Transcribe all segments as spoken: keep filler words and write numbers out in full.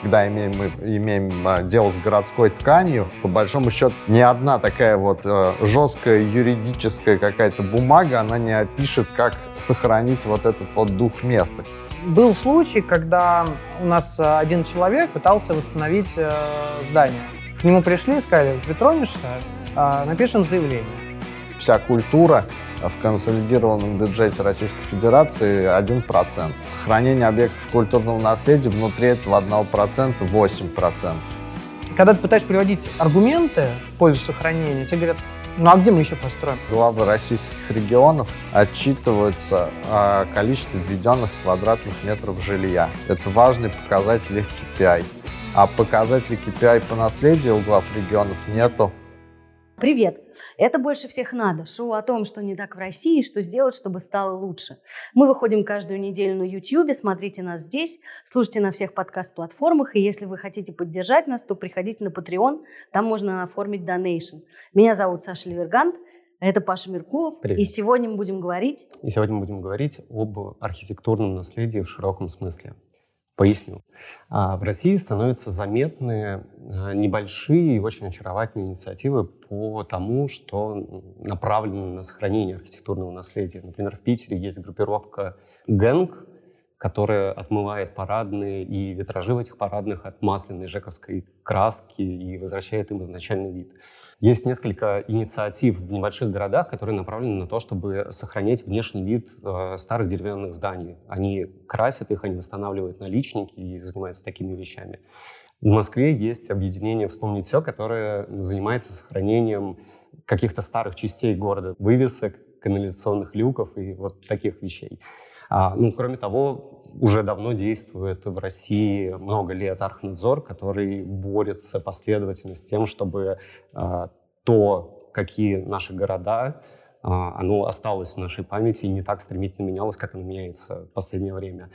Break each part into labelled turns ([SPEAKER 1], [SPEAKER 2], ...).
[SPEAKER 1] когда имеем, мы имеем а, дело с городской тканью, по большому счету, ни одна такая вот а, жесткая юридическая какая-то бумага, она не опишет, как сохранить вот этот вот дух места.
[SPEAKER 2] Был случай, когда у нас один человек пытался восстановить э, здание. К нему пришли и сказали: притронешься, э, напишем заявление.
[SPEAKER 1] Вся культура в консолидированном бюджете Российской Федерации один процент. Сохранение объектов культурного наследия внутри этого одного процента восемь процентов.
[SPEAKER 2] Когда ты пытаешься приводить аргументы в пользу сохранения, тебе говорят: ну а где мы еще построим?
[SPEAKER 1] Главы российских регионов отчитываются о количестве введенных квадратных метров жилья. Это важный показатель их кей пи ай. А показателей кей пи ай по наследию у глав регионов нету.
[SPEAKER 3] Привет! Это «Больше всех надо» – шоу о том, что не так в России и что сделать, чтобы стало лучше. Мы выходим каждую неделю на YouTube, смотрите нас здесь, слушайте на всех подкаст-платформах, и если вы хотите поддержать нас, то приходите на Patreon, там можно оформить донейшн. Меня зовут Саша Левергант, это Паша Меркулов.
[SPEAKER 4] Привет.
[SPEAKER 3] И сегодня мы будем говорить…
[SPEAKER 4] И сегодня мы будем говорить об архитектурном наследии в широком смысле. Поясню. В России становятся заметны небольшие и очень очаровательные инициативы по тому, что направлено на сохранение архитектурного наследия. Например, в Питере есть группировка «Гэнг», которая отмывает парадные и витражи в этих парадных от масляной жековской краски и возвращает им изначальный вид. Есть несколько инициатив в небольших городах, которые направлены на то, чтобы сохранять внешний вид э, старых деревянных зданий. Они красят их, они восстанавливают наличники и занимаются такими вещами. В Москве есть объединение «Вспомнить все», которое занимается сохранением каких-то старых частей города, вывесок, канализационных люков и вот таких вещей. А, ну, кроме того, уже давно действует в России много лет Архнадзор, который борется последовательно с тем, чтобы а, то, какие наши города, а, оно осталось в нашей памяти и не так стремительно менялось, как оно меняется в последнее время.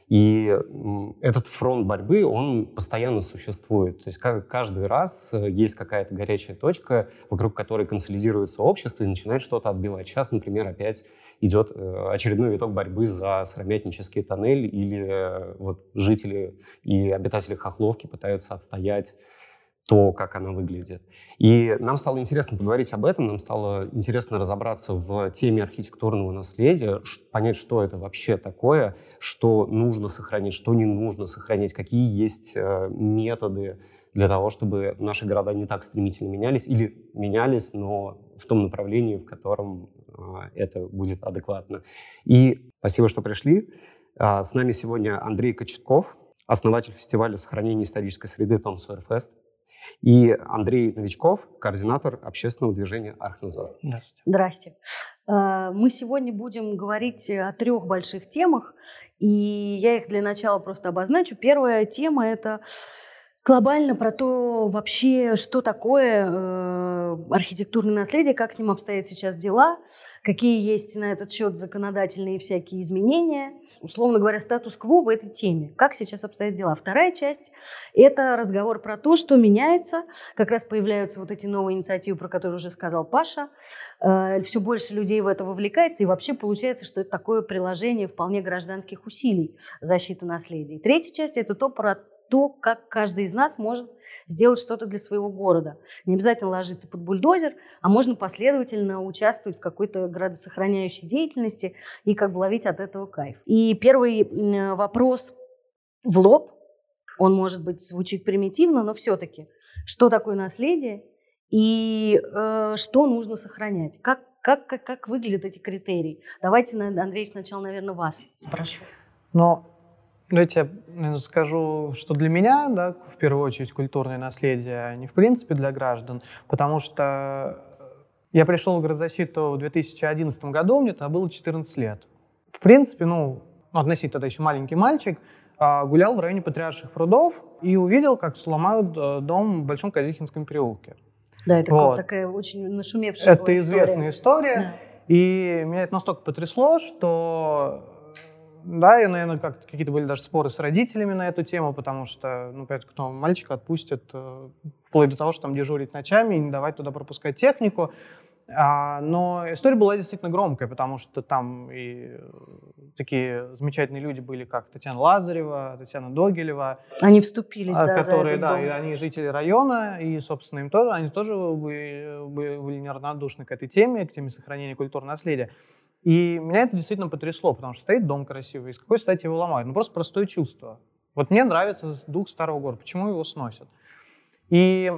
[SPEAKER 4] И м, этот фронт борьбы, он постоянно существует. То есть как, каждый раз есть какая-то горячая точка, вокруг которой консолидируется общество и начинает что-то отбивать. Сейчас, например, опять идет э, очередной виток борьбы за Сыромятнический тоннель, или э, вот жители и обитатели Хохловки пытаются отстоять то, как она выглядит. И нам стало интересно поговорить об этом, нам стало интересно разобраться в теме архитектурного наследия, понять, что это вообще такое, что нужно сохранить, что не нужно сохранять, какие есть э, методы для того, чтобы наши города не так стремительно менялись или менялись, но в том направлении, в котором э, это будет адекватно. И спасибо, что пришли. Э, с нами сегодня Андрей Кочетков, основатель фестиваля сохранения исторической среды Том Сойер Фест, и Андрей Новичков, координатор общественного движения Архнадзор.
[SPEAKER 2] Здравствуйте.
[SPEAKER 3] Здрасте. Мы сегодня будем говорить о трех больших темах, и я их для начала просто обозначу. Первая тема – это глобально про то вообще, что такое э, архитектурное наследие, как с ним обстоят сейчас дела, какие есть на этот счет законодательные всякие изменения, условно говоря, статус-кво в этой теме, как сейчас обстоят дела. Вторая часть – это разговор про то, что меняется, как раз появляются вот эти новые инициативы, про которые уже сказал Паша, э, все больше людей в это вовлекается, и вообще получается, что это такое приложение вполне гражданских усилий защиты наследия. И третья часть – это то, про то, как каждый из нас может сделать что-то для своего города. Не обязательно ложиться под бульдозер, а можно последовательно участвовать в какой-то градосохраняющей деятельности и как бы ловить от этого кайф. И первый вопрос в лоб, он, может быть, звучит примитивно, но все-таки, что такое наследие и э, что нужно сохранять? Как, как, как, как выглядят эти критерии? Давайте, Андрей, сначала, наверное, вас спрошу.
[SPEAKER 2] Но давайте я, наверное, скажу, что для меня, да, в первую очередь, культурное наследие не в принципе для граждан, потому что я пришел в градозащиту в две тысячи одиннадцатом году, мне тогда было четырнадцать лет. В принципе, ну, относительно тогда еще маленький мальчик, гулял в районе Патриарших прудов и увидел, как сломают дом в Большом Казихинском переулке.
[SPEAKER 3] Да, это
[SPEAKER 2] вот.
[SPEAKER 3] такая очень нашумевшая
[SPEAKER 2] Это
[SPEAKER 3] история.
[SPEAKER 2] известная история, да. И меня это настолько потрясло, что... Да, и, наверное, как какие-то были даже споры с родителями на эту тему, потому что, ну, опять, кто мальчика отпустят, э, вплоть до того, что там дежурить ночами и не давать туда пропускать технику. А, но история была действительно громкая, потому что там и такие замечательные люди были, как Татьяна Лазарева, Татьяна Догилева.
[SPEAKER 3] Они вступились, да,
[SPEAKER 2] которые,
[SPEAKER 3] за этот
[SPEAKER 2] да,
[SPEAKER 3] дом.
[SPEAKER 2] и они жители района, и, собственно, им тоже, они тоже были, были неравнодушны к этой теме, к теме сохранения культурного наследия. И меня это действительно потрясло, потому что стоит дом красивый, и с какой стати его ломают? Ну, просто простое чувство. Вот мне нравится дух старого города, почему его сносят? И,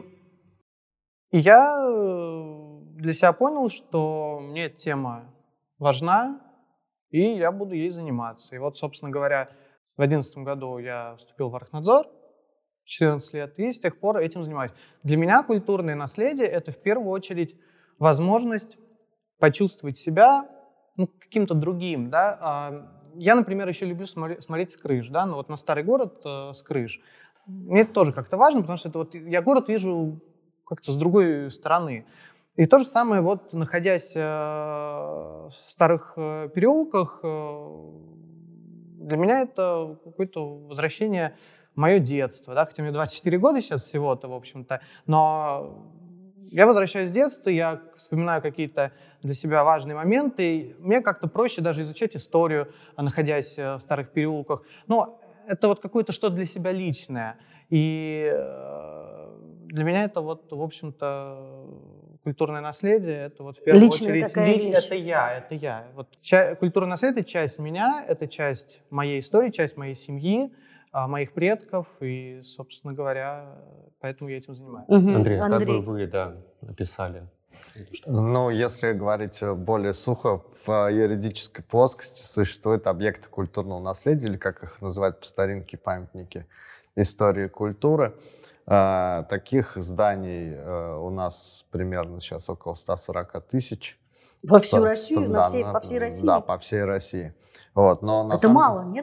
[SPEAKER 2] и я для себя понял, что мне эта тема важна, и я буду ей заниматься. И вот, собственно говоря, в две тысячи одиннадцатом году я вступил в Архнадзор, четырнадцать лет, и с тех пор этим занимаюсь. Для меня культурное наследие — это в первую очередь возможность почувствовать себя ну, каким-то другим. Да? Я, например, еще люблю смотреть, смотреть с крыш, да? ну, вот на старый город э, с крыш. Мне это тоже как-то важно, потому что это вот, я город вижу как-то с другой стороны. И то же самое, вот, находясь э, в старых э, переулках, э, для меня это какое-то возвращение в мое детство. Да? Хотя мне двадцать четыре года сейчас всего-то, в общем-то. Но я возвращаюсь в детство, я вспоминаю какие-то для себя важные моменты. Мне как-то проще даже изучать историю, находясь в старых переулках. Но это вот какое-то что-то для себя личное. И для меня это вот, в общем-то, культурное наследие, это вот в первую
[SPEAKER 3] Личная
[SPEAKER 2] очередь
[SPEAKER 3] такая
[SPEAKER 2] ли,
[SPEAKER 3] вещь.
[SPEAKER 2] это я, это я. Вот ча- культурное наследие — часть меня, это часть моей истории, часть моей семьи, моих предков, и, собственно говоря, поэтому я этим занимаюсь.
[SPEAKER 3] Угу.
[SPEAKER 4] Андрей, а как
[SPEAKER 3] Андрей.
[SPEAKER 4] бы вы, да, описали?
[SPEAKER 1] Ну, если говорить более сухо, в юридической плоскости существуют объекты культурного наследия, или как их называют по старинке, памятники истории и культуры. Uh, таких зданий uh, у нас примерно сейчас около ста сорока тысяч.
[SPEAKER 3] Во всю
[SPEAKER 1] сто,
[SPEAKER 3] Россию?
[SPEAKER 1] сто,
[SPEAKER 3] На
[SPEAKER 1] да,
[SPEAKER 3] всей,
[SPEAKER 1] на,
[SPEAKER 3] по всей России?
[SPEAKER 1] Да, по всей России. Вот, но на
[SPEAKER 3] Это
[SPEAKER 1] самом...
[SPEAKER 3] мало, нет?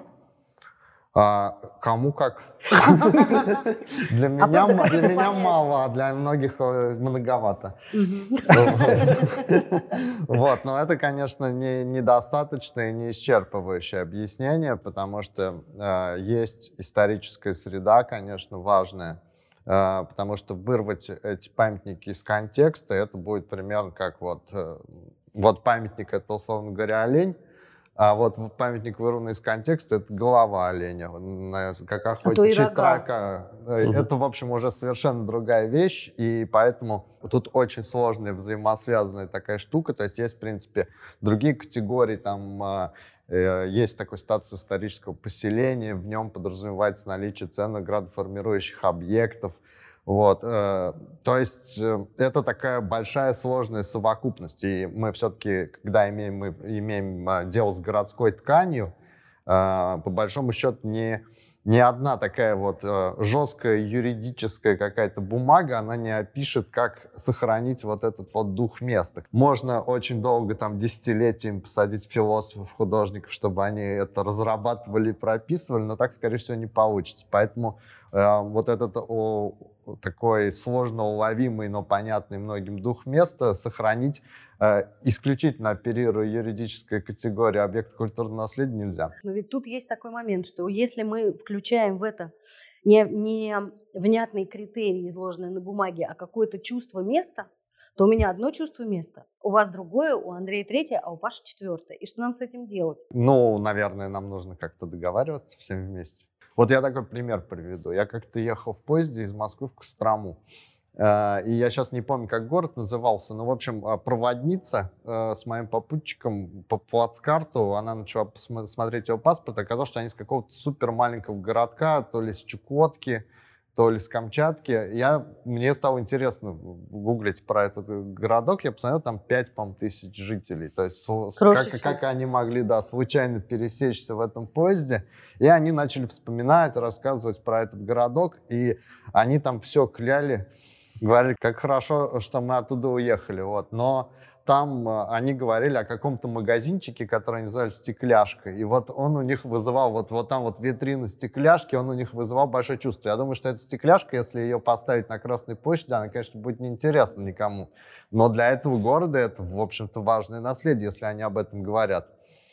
[SPEAKER 1] А, кому как. Для меня мало, а для многих многовато. Вот, но это, конечно, недостаточное и не исчерпывающее объяснение, потому что есть историческая среда, конечно, важная, потому что вырвать эти памятники из контекста, это будет примерно как вот, вот памятник, это, условно говоря, олень. А вот памятник, вырванный из контекста, это голова оленя, как охотничий трака. Это, в общем, уже совершенно другая вещь, и поэтому тут очень сложная взаимосвязанная такая штука. То есть есть, в принципе, другие категории, там есть такой статус исторического поселения, в нем подразумевается наличие ценных градоформирующих объектов. Вот, э, то есть э, это такая большая сложная совокупность, и мы все-таки, когда имеем, мы имеем э, дело с городской тканью, э, по большому счету не, не одна такая вот э, жесткая юридическая какая-то бумага, она не опишет, как сохранить вот этот вот дух места. Можно очень долго, там, десятилетиями посадить философов, художников, чтобы они это разрабатывали и прописывали, но так, скорее всего, не получится. Поэтому э, вот этот о, такой сложно уловимый, но понятный многим дух места сохранить, э, исключительно оперируя юридической категорией объекта культурного наследия, нельзя.
[SPEAKER 3] Но ведь тут есть такой момент, что если мы включаем в это не, не внятные критерии, изложенные на бумаге, а какое-то чувство места, то у меня одно чувство места, у вас другое, у Андрея третье, а у Паши четвертое. И что нам с этим делать?
[SPEAKER 1] Ну, наверное, нам нужно как-то договариваться всем вместе. Вот я такой пример приведу. Я как-то ехал в поезде из Москвы в Кострому. И я сейчас не помню, как город назывался, но, в общем, проводница с моим попутчиком по плацкарту, она начала смотреть его паспорт, оказалось, что они из какого-то супер маленького городка, то ли с Чукотки, то ли с Камчатки. Я, мне стало интересно гуглить про этот городок. Я посмотрел, там пять, по-моему, тысяч жителей. То есть как, как они могли, да, случайно пересечься в этом поезде. И они начали вспоминать, рассказывать про этот городок. И они там все кляли, говорили, как хорошо, что мы оттуда уехали. Вот. Но там они говорили о каком-то магазинчике, который они называли «Стекляшка». И вот он у них вызывал, вот, вот там вот витрина «Стекляшки», он у них вызывал большое чувство. Я думаю, что эта «Стекляшка», если ее поставить на Красной площади, она, конечно, будет неинтересна никому. Но для этого города это, в общем-то, важное наследие, если они об этом говорят.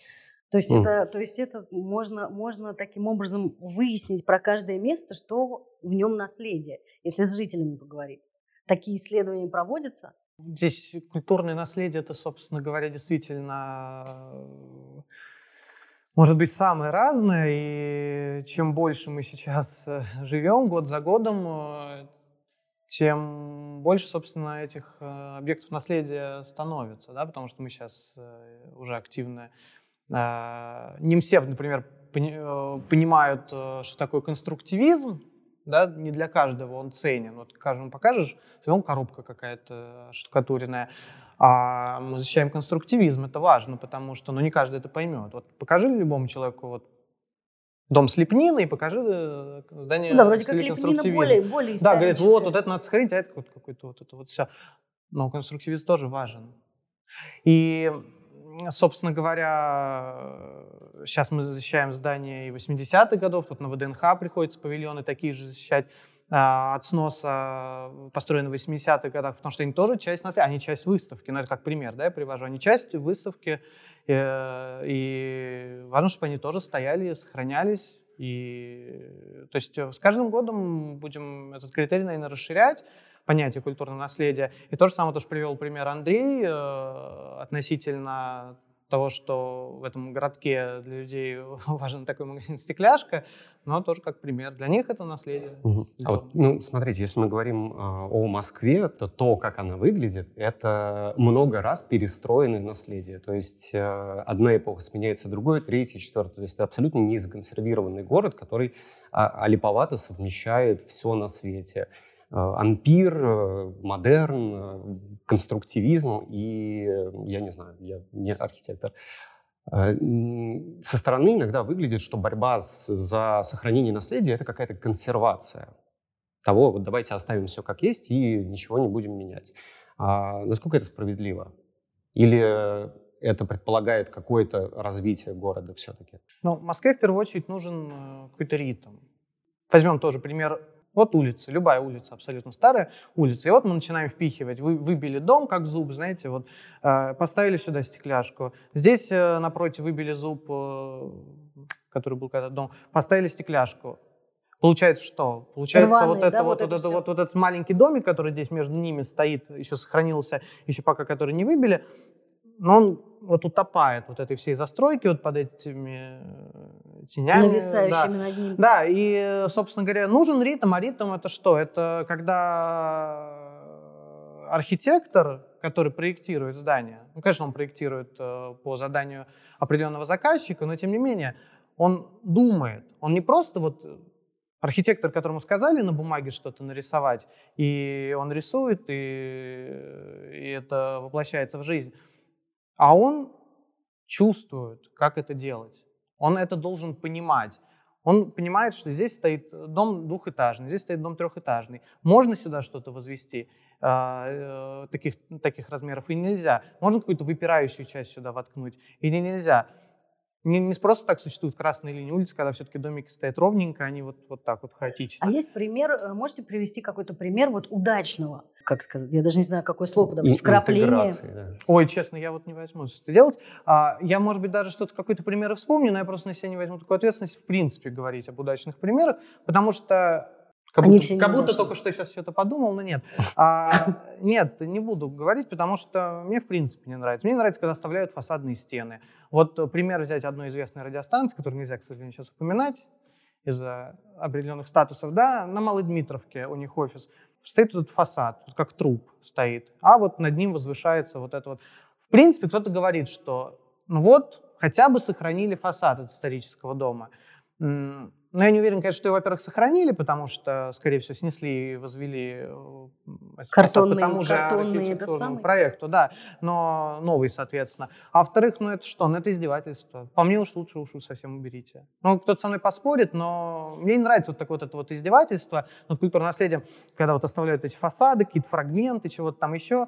[SPEAKER 3] То есть, mm. это, то есть это можно, можно таким образом выяснить про каждое место, что в нем наследие, если с жителями поговорить. Такие исследования проводятся?
[SPEAKER 2] Здесь культурное наследие, это, собственно говоря, действительно может быть самое разное, и чем больше мы сейчас живем год за годом, тем больше, собственно, этих объектов наследия становится, да, потому что мы сейчас уже активно... Не все, например, понимают, что такое конструктивизм, да, не для каждого он ценен. Вот каждому покажешь, все равно коробка какая-то штукатуренная. А мы защищаем конструктивизм, это важно, потому что ну, не каждый это поймет. Вот покажи любому человеку вот, дом с лепниной и покажи здание.
[SPEAKER 3] Ну, да, вроде как
[SPEAKER 2] лепнина
[SPEAKER 3] более, более
[SPEAKER 2] да, говорит, вот, вот это надо сохранить, а это вот какой-то вот это вот все. Но конструктивизм тоже важен. И, собственно говоря, сейчас мы защищаем здания и восьмидесятых годов, тут на ВДНХ приходится павильоны такие же защищать а, от сноса, построенные в восьмидесятых годах, потому что они тоже часть наследия, они часть выставки, ну это как пример, да, я привожу, они часть выставки, э, и важно, чтобы они тоже стояли, сохранялись, и, то есть с каждым годом будем этот критерий, наверное, расширять, понятие культурного наследия. И то же самое тоже привел пример Андрей э, относительно того, что в этом городке для людей важен такой магазин «Стекляшка», но тоже как пример. Для них это наследие.
[SPEAKER 4] Угу. А вот, ну, смотрите, если мы говорим э, о Москве, то то, как она выглядит, это много раз перестроенное наследие. То есть э, одна эпоха сменяется другой, третья, четвертая. То есть это абсолютно не законсервированный город, который а, алиповато совмещает все на свете. Ампир, модерн, конструктивизм и, я не знаю, я не архитектор. Со стороны иногда выглядит, что борьба за сохранение наследия – это какая-то консервация того, вот давайте оставим все как есть и ничего не будем менять. А насколько это справедливо? Или это предполагает какое-то развитие города все-таки?
[SPEAKER 2] Ну, Москве в первую очередь нужен какой-то ритм. Возьмем тоже пример. Вот улица, любая улица, абсолютно старая улица. И вот мы начинаем впихивать. Вы выбили дом, как зуб, знаете, вот э, поставили сюда стекляшку. Здесь э, напротив выбили зуб, э, который был когда-то дом, поставили стекляшку. Получается что? Получается
[SPEAKER 3] Рваный,
[SPEAKER 2] вот, это,
[SPEAKER 3] да,
[SPEAKER 2] вот,
[SPEAKER 3] вот,
[SPEAKER 2] вот,
[SPEAKER 3] это
[SPEAKER 2] это, вот, вот этот маленький домик, который здесь между ними стоит, еще сохранился, еще пока который не выбили, но он вот утопает вот этой всей застройки вот под этими тенями.
[SPEAKER 3] Нависающими
[SPEAKER 2] да.
[SPEAKER 3] над ним.
[SPEAKER 2] Да, и, собственно говоря, нужен ритм, а ритм это что? Это когда архитектор, который проектирует здание, ну, конечно, он проектирует э, по заданию определенного заказчика, но, тем не менее, он думает. Он не просто вот архитектор, которому сказали на бумаге что-то нарисовать, и он рисует, и, и это воплощается в жизнь. А он чувствует, как это делать. Он это должен понимать. Он понимает, что здесь стоит дом двухэтажный, здесь стоит дом трехэтажный. Можно сюда что-то возвести э, таких, таких размеров и нельзя. Можно какую-то выпирающую часть сюда воткнуть или нельзя. Не, не просто так существуют красные линии улиц, когда все-таки домики стоят ровненько, они вот, вот так вот хаотично.
[SPEAKER 3] А есть пример, можете привести какой-то пример вот удачного, как сказать, я даже не знаю, какое слово подобрать, вкрапление.
[SPEAKER 4] Да.
[SPEAKER 2] Ой, честно, я вот не возьмусь это делать. А, я, может быть, даже что-то, какой-то пример вспомню, но я просто на себя не возьму такую ответственность в принципе говорить об удачных примерах, потому что как
[SPEAKER 3] Они
[SPEAKER 2] будто,
[SPEAKER 3] все
[SPEAKER 2] как будто только что сейчас что-то подумал, но нет. А, нет, не буду говорить, потому что мне в принципе не нравится. Мне нравится, когда оставляют фасадные стены. Вот пример взять одной известной радиостанции, которую нельзя, к сожалению, сейчас упоминать из-за определенных статусов, да, на Малой Дмитровке у них офис. Стоит этот фасад, как труп стоит, а вот над ним возвышается вот это вот. В принципе, кто-то говорит, что ну вот, хотя бы сохранили фасад от исторического дома. Но я не уверен, конечно, что его, во-первых, сохранили, потому что, скорее всего, снесли и возвели
[SPEAKER 3] картонный,
[SPEAKER 2] по тому же архитектурному проекту, да, но новый, соответственно. А во-вторых, ну это что? Ну это издевательство. По мне уж лучше уж совсем уберите. Ну, кто-то со мной поспорит, но мне не нравится вот такое вот это вот издевательство над культурным наследием, когда вот оставляют эти фасады, какие-то фрагменты, чего-то там еще.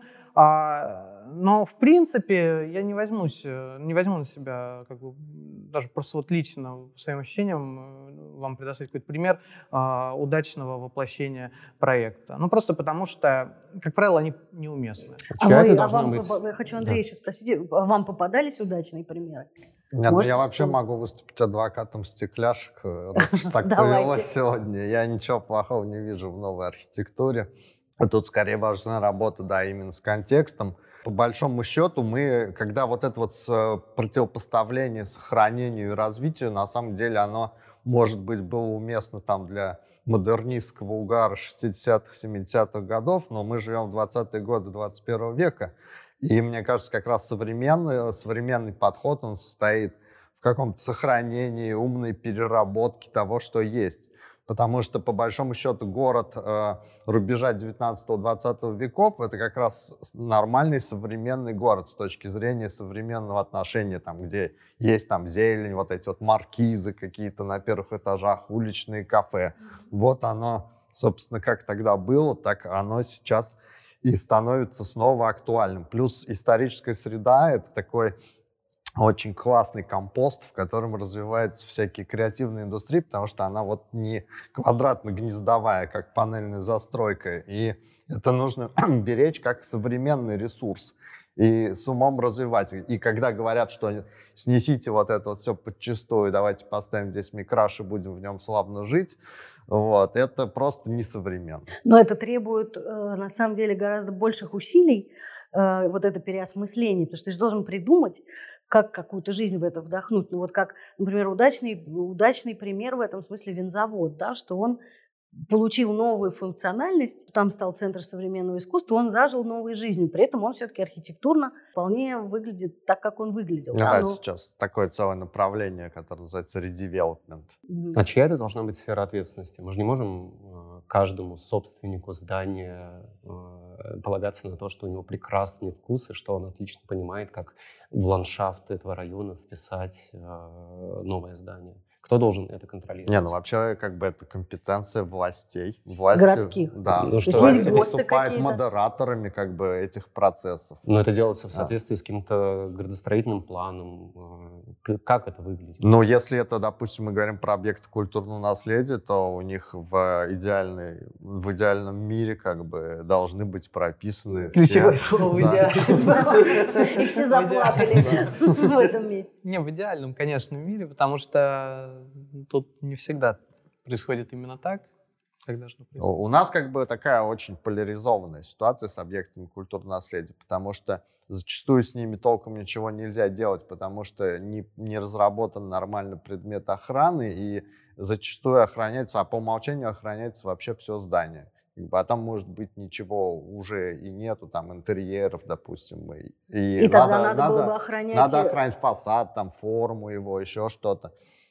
[SPEAKER 2] А, но, в принципе, я не возьмусь, не возьму на себя, как бы, даже просто вот лично по своим ощущениям вам предоставить какой-то пример э, удачного воплощения проекта. Ну, просто потому что, как правило, они неуместны.
[SPEAKER 3] А, вы, а вам, быть... я хочу Андрея да. еще спросить, вам попадались удачные примеры?
[SPEAKER 1] Нет, ну я вообще могу выступить адвокатом стекляшек, раз уж так повелось сегодня. Я ничего плохого не вижу в новой архитектуре. Тут скорее важна работа, да, именно с контекстом. По большому счету, мы, когда вот это вот противопоставление сохранению и развитию, на самом деле оно, может быть, было уместно там для модернистского угара шестидесятых, семидесятых годов, но мы живем в двадцатые годы двадцать первого века, и мне кажется, как раз современный, современный подход, он состоит в каком-то сохранении, умной переработке того, что есть. Потому что, по большому счету, город э, рубежа девятнадцатого-двадцатого веков — это как раз нормальный современный город с точки зрения современного отношения, там, где есть там зелень, вот эти вот маркизы какие-то на первых этажах, уличные кафе. Вот оно, собственно, как тогда было, так оно сейчас и становится снова актуальным. Плюс историческая среда — это такой очень классный компост, в котором развиваются всякие креативные индустрии, потому что она вот не квадратно-гнездовая, как панельная застройка. И это нужно беречь как современный ресурс и с умом развивать. И когда говорят, что снесите вот это вот все подчистую, давайте поставим здесь микраш и будем в нем славно жить, вот, это просто несовременно.
[SPEAKER 3] Но это требует, на самом деле, гораздо больших усилий, вот это переосмысление, потому что ты же должен придумать, как какую-то жизнь в это вдохнуть. Ну вот как, например, удачный, удачный пример в этом смысле винзавод, да, что он получил новую функциональность, там стал центр современного искусства, он зажил новой жизнью. При этом он все-таки архитектурно вполне выглядит так, как он выглядел.
[SPEAKER 1] Ну,
[SPEAKER 3] да,
[SPEAKER 1] да,
[SPEAKER 3] но...
[SPEAKER 1] сейчас такое целое направление, которое называется редевелопмент.
[SPEAKER 3] Mm-hmm.
[SPEAKER 4] А чья это должна быть сфера ответственности? Мы же не можем э, каждому собственнику здания э, полагаться на то, что у него прекрасный вкус и что он отлично понимает, как в ландшафт этого района вписать э, новое здание. Кто должен это контролировать?
[SPEAKER 1] Не, ну вообще как бы это компетенция властей. Власти,
[SPEAKER 3] городских.
[SPEAKER 1] Да,
[SPEAKER 4] Ну, что
[SPEAKER 1] власти
[SPEAKER 3] ГОСТы
[SPEAKER 1] выступают
[SPEAKER 3] какие-то.
[SPEAKER 1] модераторами как бы этих процессов.
[SPEAKER 4] Но это делается в
[SPEAKER 1] Да.
[SPEAKER 4] соответствии с каким-то градостроительным планом. Э, Как это выглядит?
[SPEAKER 1] Ну, если это, допустим, мы говорим про объекты культурного наследия, то у них в, идеальной, в идеальном мире как бы должны быть прописаны
[SPEAKER 2] Ключевое
[SPEAKER 1] все...
[SPEAKER 2] слово
[SPEAKER 1] Да.
[SPEAKER 2] «идеально».
[SPEAKER 3] И все заплакали в этом месте.
[SPEAKER 2] Не, в идеальном, конечно, мире, потому что тут не всегда происходит именно так, как должно происходить.
[SPEAKER 1] У нас как бы такая очень поляризованная ситуация с объектами культурного наследия, потому что зачастую с ними толком ничего нельзя делать, потому что не, не разработан нормально предмет охраны, и зачастую охраняется, а по умолчанию охраняется вообще все здание. А там, может быть, ничего уже и нету, там, интерьеров, допустим. И,
[SPEAKER 3] И тогда надо, надо было бы охранять...
[SPEAKER 1] Надо охранять фасад, там, форму его, еще что-то.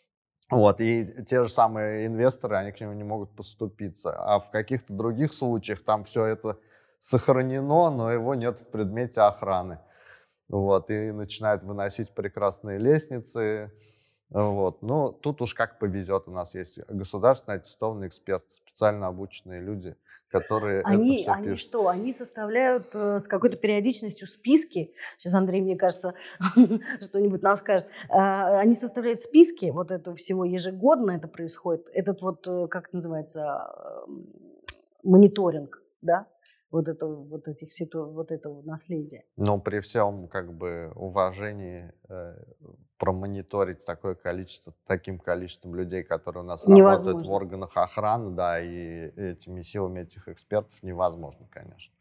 [SPEAKER 1] Вот, и те же самые инвесторы, они к нему не могут поступиться. А в каких-то других случаях там все это сохранено, но его нет в предмете охраны. Вот, и начинают выносить прекрасные лестницы. Вот. Ну, тут уж как повезет. У нас есть государственные аттестованные эксперты, специально обученные люди, которые
[SPEAKER 3] они,
[SPEAKER 1] это все
[SPEAKER 3] они
[SPEAKER 1] пишут.
[SPEAKER 3] что? Они составляют э, с какой-то периодичностью списки. Сейчас Андрей, мне кажется, что-нибудь нам скажет. Э, они составляют списки, вот это всего ежегодно это происходит. Этот вот, э, как это называется, э, мониторинг, да? Вот, это, вот, этих ситу... вот этого наследия.
[SPEAKER 1] Но при всем как бы уважении э, промониторить такое количество, таким количеством людей, которые у нас
[SPEAKER 3] Невозможно.
[SPEAKER 1] работают в органах охраны, да, и этими силами этих экспертов невозможно, конечно.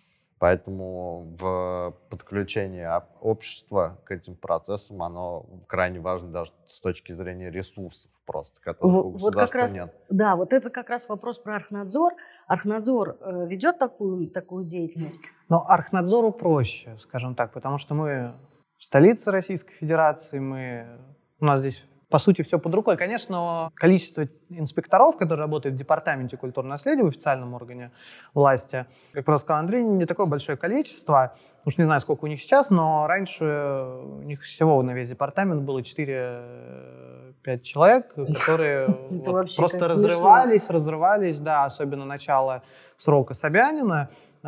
[SPEAKER 1] Поэтому в подключении общества к этим процессам оно крайне важно даже с точки зрения ресурсов просто, которых
[SPEAKER 3] Вот,
[SPEAKER 1] у
[SPEAKER 3] вот
[SPEAKER 1] государства
[SPEAKER 3] как раз,
[SPEAKER 1] нет.
[SPEAKER 3] да, вот это как раз вопрос про Архнадзор. Архнадзор э, ведет такую, такую деятельность?
[SPEAKER 2] Но Архнадзору проще, скажем так, потому что мы столица Российской Федерации, мы, у нас здесь, по сути, все под рукой. Конечно, количество инспекторов, которые работают в Департаменте культурного наследия, в официальном органе власти, как просто сказал Андрей, не такое большое количество. Уж не знаю, сколько у них сейчас, но раньше у них всего на весь департамент было четыре-пять человек, которые вот просто разрывались, разрывались, да, особенно начало срока Собянина,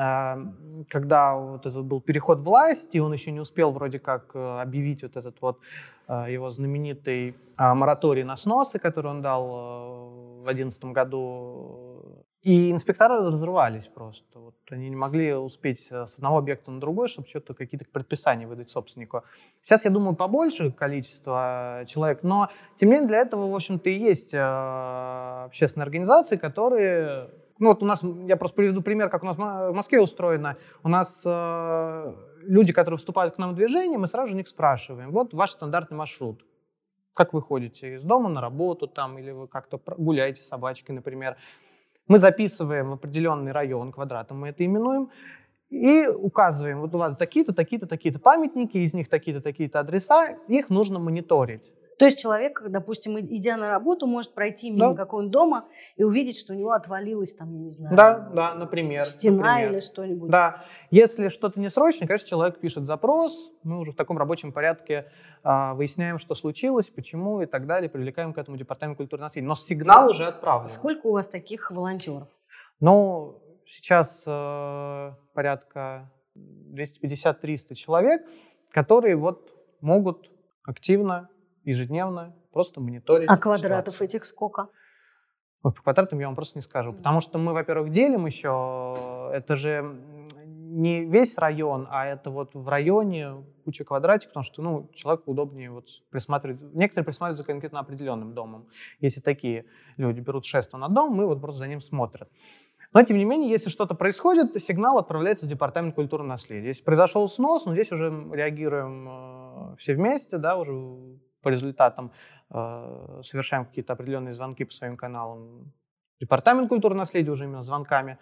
[SPEAKER 2] когда вот этот был переход власти, и он еще не успел вроде как объявить вот этот вот его знаменитый мораторий на сносы, который он дал в две тысячи одиннадцатом году. И инспектора разрывались просто. Вот они не могли успеть с одного объекта на другой, чтобы что-то, какие-то предписания выдать собственнику. Сейчас, я думаю, побольше количество человек, но, тем не менее, для этого, в общем-то, и есть общественные организации, которые ну вот у нас, я просто приведу пример, как у нас в Москве устроено. У нас э, люди, которые вступают к нам в движение, мы сразу же них спрашиваем, вот ваш стандартный маршрут. Как вы ходите из дома на работу там, или вы как-то гуляете с собачкой, например. Мы записываем определенный район квадратом, мы это именуем, и указываем, вот у вас такие-то, такие-то, такие-то памятники, из них такие-то, такие-то адреса, их нужно мониторить.
[SPEAKER 3] То есть человек, допустим, идя на работу, может пройти мимо
[SPEAKER 2] Да.
[SPEAKER 3] какого-нибудь дома и увидеть, что у него отвалилась там, я не знаю,
[SPEAKER 2] Да, да, например.
[SPEAKER 3] стена
[SPEAKER 2] например.
[SPEAKER 3] или что-нибудь.
[SPEAKER 2] Да. Если что-то не срочно, конечно, человек пишет запрос, мы уже в таком рабочем порядке а, выясняем, что случилось, почему и так далее, привлекаем к этому департамент культурного наследия. Но сигнал уже отправлен.
[SPEAKER 3] Сколько у вас таких волонтеров?
[SPEAKER 2] Ну, сейчас э, порядка двести пятьдесят - триста человек, которые вот могут активно, ежедневно просто мониторить.
[SPEAKER 3] А квадратов
[SPEAKER 2] ситуацию.
[SPEAKER 3] этих сколько?
[SPEAKER 2] Ой, по квадратам я вам просто не скажу. Потому что мы, во-первых, делим еще, это же не весь район, а это вот в районе куча квадратиков, потому что ну, человеку удобнее вот присматривать. Некоторые присматривают за конкретно определенным домом. Если такие люди берут шество на дом, мы вот просто за ним смотрят. Но, тем не менее, если что-то происходит, сигнал отправляется в департамент культурного наследия. Если произошел снос, ну, здесь уже реагируем э, все вместе, да, уже по результатам э, совершаем какие-то определенные звонки по своим каналам. Департамент культурного наследия уже именно звонками.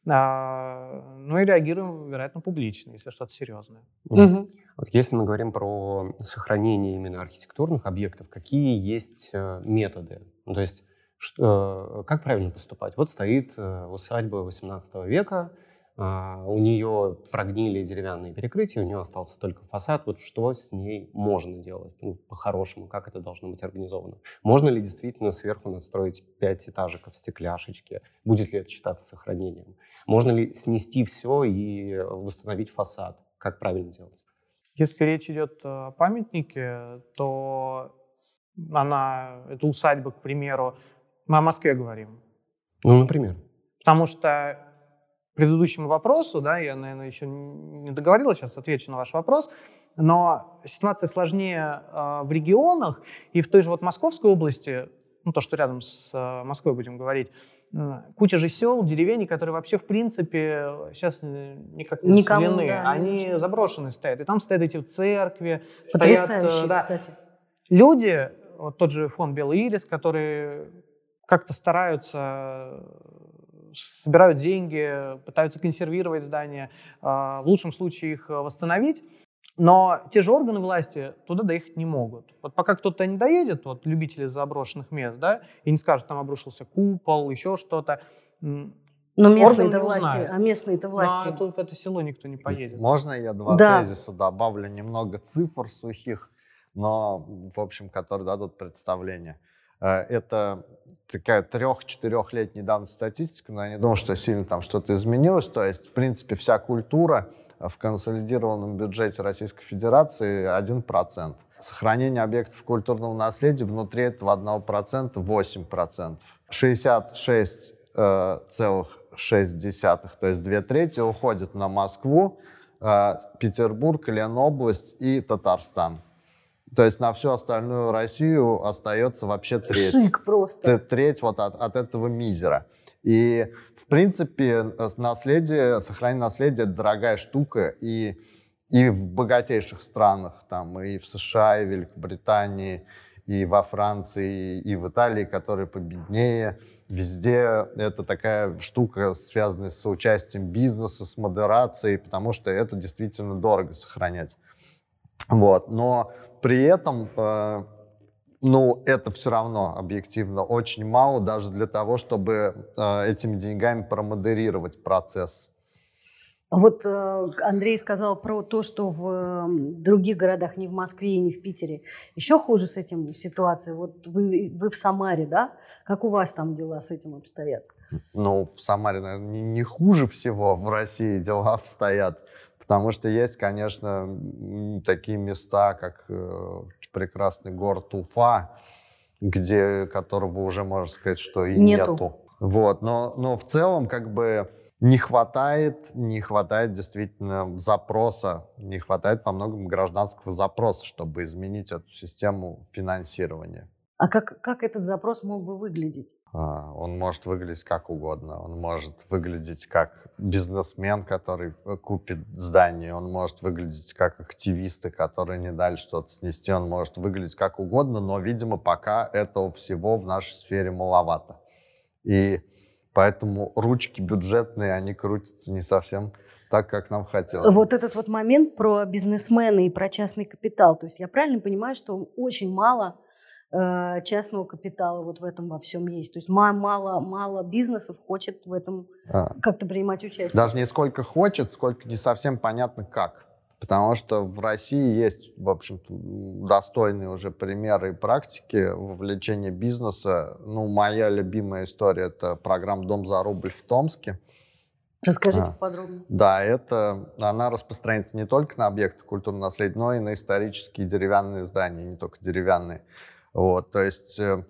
[SPEAKER 2] Э, ну и реагируем, вероятно, публично, если что-то серьезное.
[SPEAKER 4] Mm. Угу. Вот если мы говорим про сохранение именно архитектурных объектов, какие есть э, методы? Ну, то есть Что, как правильно поступать? Вот стоит усадьба восемнадцатого века, у нее прогнили деревянные перекрытия, у нее остался только фасад. Вот что с ней можно делать? Ну, по-хорошему, как это должно быть организовано? Можно ли действительно сверху настроить пять этажиков стекляшечки? Будет ли это считаться сохранением? Можно ли снести все и восстановить фасад? Как правильно делать?
[SPEAKER 2] Если речь идет о памятнике, то она, эта усадьба, к примеру, мы о Москве говорим.
[SPEAKER 4] Ну, например.
[SPEAKER 2] Потому что к предыдущему вопросу, да, я, наверное, еще не договорила, сейчас отвечу на ваш вопрос, но ситуация сложнее э, в регионах, и в той же вот Московской области, ну, то, что рядом с э, Москвой будем говорить, э, куча же сел, деревень, которые вообще, в принципе, сейчас никак не населены, да, они не заброшены стоят, и там стоят эти церкви, стоят, э, да.
[SPEAKER 3] Кстати.
[SPEAKER 2] Люди, вот тот же фонд «Белый ирис», которые как-то стараются, собирают деньги, пытаются консервировать здания, в лучшем случае их восстановить, но те же органы власти туда доехать не могут. Вот пока кто-то не доедет, вот любители заброшенных мест, да, и не скажет, там обрушился купол, еще что-то.
[SPEAKER 3] Но местные-то власти, а местные-то власти.
[SPEAKER 2] А тут в это село никто не поедет.
[SPEAKER 1] Можно я два
[SPEAKER 3] да.
[SPEAKER 1] тезиса добавлю, немного цифр сухих, но, в общем, которые дадут представление. Это такая трех-четырехлетняя давности статистика, но я не думаю, что сильно там что-то изменилось. То есть, в принципе, вся культура в консолидированном бюджете Российской Федерации один процент. Сохранение объектов культурного наследия внутри этого одного процента восемь процентов. шестьдесят шесть целых шесть десятых, то есть две трети уходят на Москву, Петербург, Ленобласть и Татарстан. То есть на всю остальную Россию остается вообще треть.
[SPEAKER 3] Шик просто.
[SPEAKER 1] Треть вот от, от этого мизера. И, в принципе, наследие, сохранение наследия – это дорогая штука. И, и в богатейших странах, там, и в США, и в Великобритании, и во Франции, и в Италии, которые победнее. Везде это такая штука, связанная с участием бизнеса, с модерацией, потому что это действительно дорого сохранять. Вот. Но при этом, э, ну, это все равно объективно очень мало даже для того, чтобы э, этими деньгами промодерировать процесс.
[SPEAKER 3] Вот э, Андрей сказал про то, что в э, других городах, не в Москве и не в Питере, еще хуже с этим ситуация. Вот вы, вы в Самаре, да? Как у вас там дела с этим обстоят?
[SPEAKER 1] Ну, в Самаре, наверное, не, не хуже всего в России дела обстоят. Потому что есть, конечно, такие места, как э, прекрасный город Уфа, где, которого уже, можно сказать, что и нету. нету. Вот. Но, но в целом как бы не хватает, не хватает действительно запроса, не хватает во многом гражданского запроса, чтобы изменить эту систему финансирования.
[SPEAKER 3] А как, как этот запрос мог бы выглядеть?
[SPEAKER 1] А, Он может выглядеть как угодно. Он может выглядеть как бизнесмен, который купит здание. Он может выглядеть как активисты, которые не дали что-то снести. Он может выглядеть как угодно, но, видимо, пока этого всего в нашей сфере маловато. И поэтому ручки бюджетные, они крутятся не совсем так, как нам хотелось.
[SPEAKER 3] Вот этот вот момент про бизнесмена и про частный капитал. То есть я правильно понимаю, что очень мало э, частного капитала вот в этом во всем есть? То есть ма- мало, мало бизнесов хочет в этом
[SPEAKER 1] А,
[SPEAKER 3] как-то принимать участие?
[SPEAKER 1] Даже не сколько хочет, сколько не совсем понятно как. Потому что в России есть, в общем-то, достойные уже примеры и практики вовлечения бизнеса. Ну, моя любимая история – это программа «Дом за рубль» в Томске.
[SPEAKER 3] Расскажите
[SPEAKER 1] А,
[SPEAKER 3] подробнее.
[SPEAKER 1] Да, это, она распространяется не только на объекты культурного наследия, но и на исторические деревянные здания, не только деревянные. Вот, то есть э,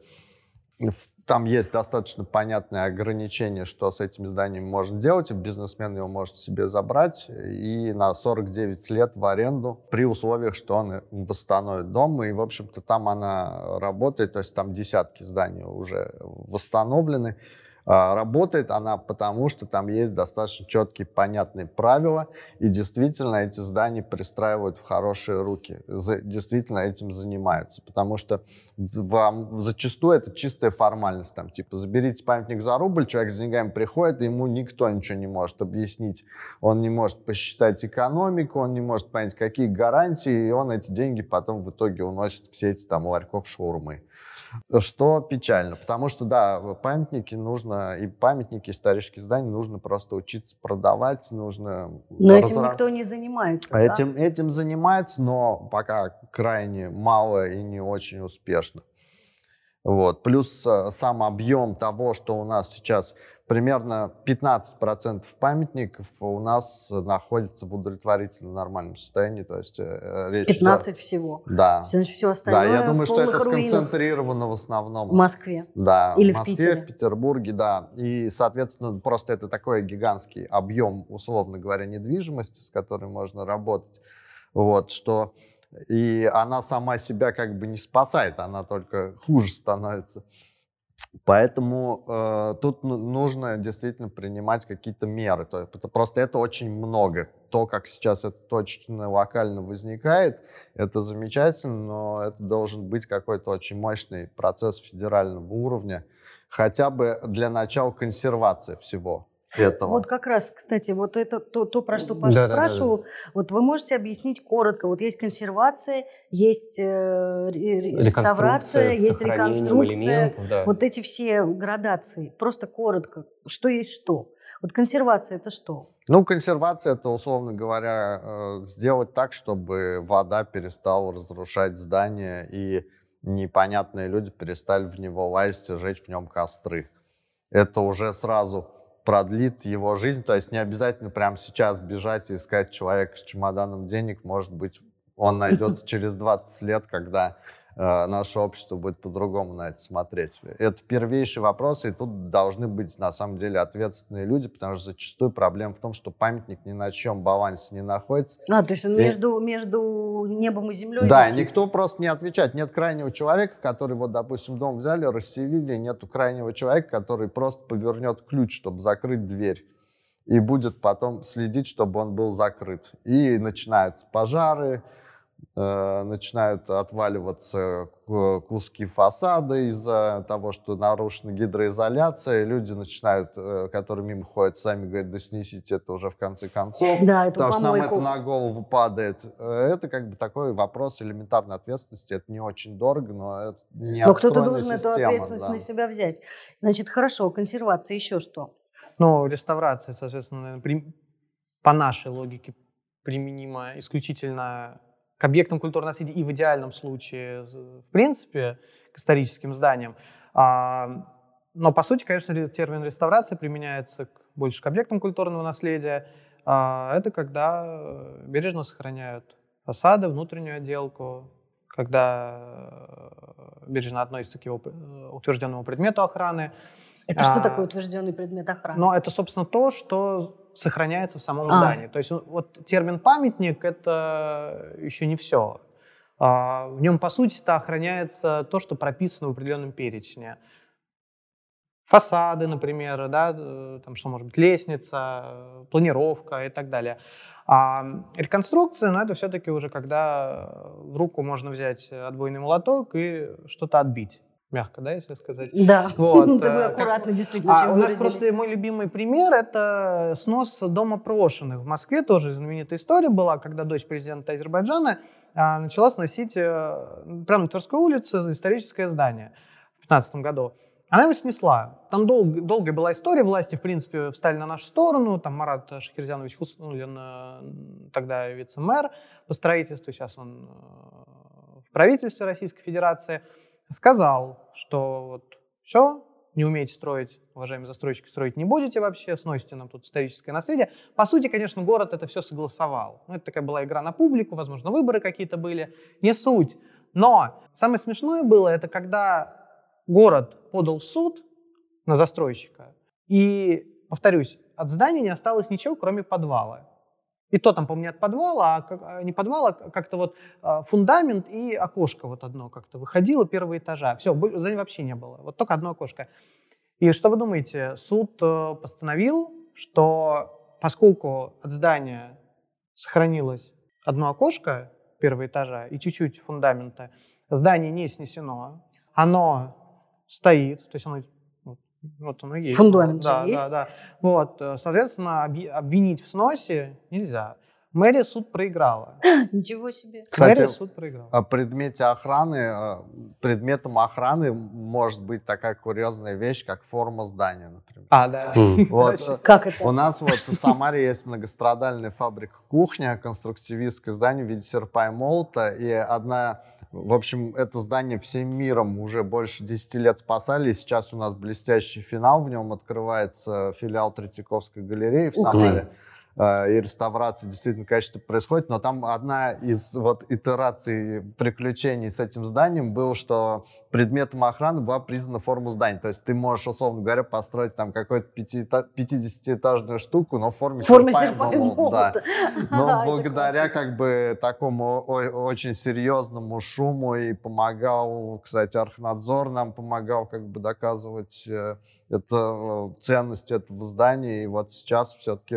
[SPEAKER 1] в- там есть достаточно понятные ограничения, что с этими зданиями можно делать, и бизнесмен его может себе забрать и на сорок девять лет в аренду при условиях, что он восстановит дом. И, в общем-то, там она работает, то есть там десятки зданий уже восстановлены. А, Работает она потому, что там есть достаточно четкие, понятные правила, и действительно эти здания пристраивают в хорошие руки, за- действительно этим занимаются, потому что вам зачастую это чистая формальность, там, типа, заберите памятник за рубль, человек с деньгами приходит, и ему никто ничего не может объяснить, он не может посчитать экономику, он не может понять, какие гарантии, и он эти деньги потом в итоге уносит в сети там ларьков шаурмы. Что печально, потому что, да, памятники нужно, и памятники, исторические здания нужно просто учиться продавать, нужно...
[SPEAKER 3] Но этим
[SPEAKER 1] разра-
[SPEAKER 3] никто не занимается, да?
[SPEAKER 1] Этим, этим занимается, но пока крайне мало и не очень успешно. Вот. Плюс э, сам объем того, что у нас сейчас примерно пятнадцать процентов памятников у нас находится в удовлетворительном нормальном состоянии, то есть э, речь идет...
[SPEAKER 3] пятнадцать всего.
[SPEAKER 1] Да.
[SPEAKER 3] Значит, все
[SPEAKER 1] Да,
[SPEAKER 3] остальное
[SPEAKER 1] я думаю,
[SPEAKER 3] в
[SPEAKER 1] что это
[SPEAKER 3] полных руинах
[SPEAKER 1] сконцентрировано в основном
[SPEAKER 3] в Москве.
[SPEAKER 1] да,
[SPEAKER 3] Или
[SPEAKER 1] в
[SPEAKER 3] в
[SPEAKER 1] Москве,
[SPEAKER 3] Питере.
[SPEAKER 1] в Петербурге, да. И, соответственно, просто это такой гигантский объем, условно говоря, недвижимости, с которой можно работать, вот, что и она сама себя как бы не спасает, она только хуже становится. Поэтому э, тут ну- нужно действительно принимать какие-то меры. То есть, это- просто это очень много. То, как сейчас это точечно, локально возникает, это замечательно, но это должен быть какой-то очень мощный процесс федерального уровня, хотя бы для начала консервация всего этого.
[SPEAKER 3] Вот как раз, кстати, вот это то, то про что Паша
[SPEAKER 4] Да-да-да-да.
[SPEAKER 3] спрашивал. Вот вы можете объяснить коротко. Вот есть консервация, есть э, ре- ре- реставрация,
[SPEAKER 4] Реконструкция с
[SPEAKER 3] есть
[SPEAKER 4] сохранением
[SPEAKER 3] реконструкция.
[SPEAKER 4] элементов, да.
[SPEAKER 3] Вот эти все градации. Просто коротко. Что есть что? Вот консервация – это что?
[SPEAKER 1] Ну, консервация — это, условно говоря, э, сделать так, чтобы вода перестала разрушать здание и непонятные люди перестали в него лазить и жечь в нем костры. Это уже сразу продлит его жизнь, то есть не обязательно прямо сейчас бежать и искать человека с чемоданом денег, может быть, он найдется через двадцать лет, когда э, наше общество будет по-другому на это смотреть. Это первейший вопрос, и тут должны быть на самом деле ответственные люди, потому что зачастую проблема в том, что памятник ни на чем балансе не находится.
[SPEAKER 3] А, то есть он
[SPEAKER 1] И-
[SPEAKER 3] между, между небом и землей
[SPEAKER 1] Да,
[SPEAKER 3] висит.
[SPEAKER 1] никто просто не отвечает. Нет крайнего человека, который, вот, допустим, дом взяли, расселили, нету крайнего человека, который просто повернет ключ, чтобы закрыть дверь, и будет потом следить, чтобы он был закрыт. И начинаются пожары, э, начинают отваливаться ку- куски фасада из-за того, что нарушена гидроизоляция. Люди начинают, э, которые мимо ходят, сами говорят, да снесите это уже в конце концов.
[SPEAKER 3] Да, эту
[SPEAKER 1] Потому что нам
[SPEAKER 3] помойку.
[SPEAKER 1] это на голову падает. Э, Это как бы такой вопрос элементарной ответственности. Это не очень дорого, но это не
[SPEAKER 3] Но кто-то
[SPEAKER 1] отстроенная
[SPEAKER 3] должен эту
[SPEAKER 1] система,
[SPEAKER 3] ответственность
[SPEAKER 1] да.
[SPEAKER 3] на себя взять. Значит, хорошо, консервация, еще что?
[SPEAKER 2] Ну, реставрация, соответственно, наверное, при- по нашей логике применима исключительно к объектам культурного наследия и в идеальном случае, в принципе, к историческим зданиям. А, но, по сути, конечно, ре- термин реставрация применяется к- больше к объектам культурного наследия. А, это когда э, бережно сохраняют фасады, внутреннюю отделку, когда э, бережно относятся к его э, утвержденному предмету охраны.
[SPEAKER 3] Это что
[SPEAKER 2] А,
[SPEAKER 3] такое утвержденный предмет охраны?
[SPEAKER 2] Но это, собственно, то, что сохраняется в самом
[SPEAKER 3] А.
[SPEAKER 2] здании. То есть вот термин «памятник» — это еще не все. В нем, по сути-то, охраняется то, что прописано в определенном перечне. Фасады, например, да, там что может быть, лестница, планировка и так далее. А реконструкция, ну, это все-таки уже когда в руку можно взять отбойный молоток и что-то отбить. Мягко, да, если сказать?
[SPEAKER 3] Да,
[SPEAKER 2] вот.
[SPEAKER 3] да вы аккуратно, как... действительно.
[SPEAKER 2] А у нас просто мой любимый пример – это снос дома Прошиных. В Москве тоже знаменитая история была, когда дочь президента Азербайджана а, начала сносить а, прямо на Тверской улице историческое здание в две тысячи пятнадцатом году. Она его снесла. Там дол- долгая была история, власти, в принципе, встали на нашу сторону. Там Марат Шахерзянович Хуснуллин, тогда вице-мэр по строительству, сейчас он в правительстве Российской Федерации, сказал, что вот все, не умеете строить, уважаемые застройщики, строить не будете вообще, сносите нам тут историческое наследие. По сути, конечно, город это все согласовал. Ну, это такая была игра на публику, возможно, выборы какие-то были, не суть. Но самое смешное было, это когда город подал в суд на застройщика, и, повторюсь, от здания не осталось ничего, кроме подвала. И то там, по-моему, не от подвала, а не подвала, как-то вот фундамент и окошко вот одно как-то выходило первого этажа. Все, здания вообще не было, вот только одно окошко. И что вы думаете? Суд постановил, что поскольку от здания сохранилось одно окошко первого этажа и чуть-чуть фундамента, здание не снесено, оно стоит, то есть оно, вот, вот оно есть.
[SPEAKER 3] Фундамент
[SPEAKER 2] да,
[SPEAKER 3] же есть.
[SPEAKER 2] Да, да. Вот, соответственно, обвинить в сносе нельзя. Мэрия суд проиграла.
[SPEAKER 3] Ничего себе.
[SPEAKER 1] Кстати,
[SPEAKER 2] Мэрия суд проиграла.
[SPEAKER 1] О предмете охраны, предметом охраны может быть такая курьезная вещь, как форма здания, например.
[SPEAKER 2] А, да.
[SPEAKER 1] Вот,
[SPEAKER 3] как это?
[SPEAKER 1] У нас вот в Самаре есть многострадальная фабрика «Кухня», конструктивистское здание в виде серпа и молота, и одна... В общем, это здание всем миром уже больше десяти лет спасали, и сейчас у нас блестящий финал, в нем открывается филиал Третьяковской галереи в Самаре. И реставрация действительно, конечно, происходит, но там одна из вот итераций приключений с этим зданием было, что предметом охраны была признана форма здания. То есть ты можешь, условно говоря, построить там какую-то пятидесятиэтажную штуку, но в форме серпа и молота. Но благодаря как бы такому очень серьезному шуму и помогал, кстати, Архнадзор нам помогал как бы доказывать это, ценность этого здания. И вот сейчас все-таки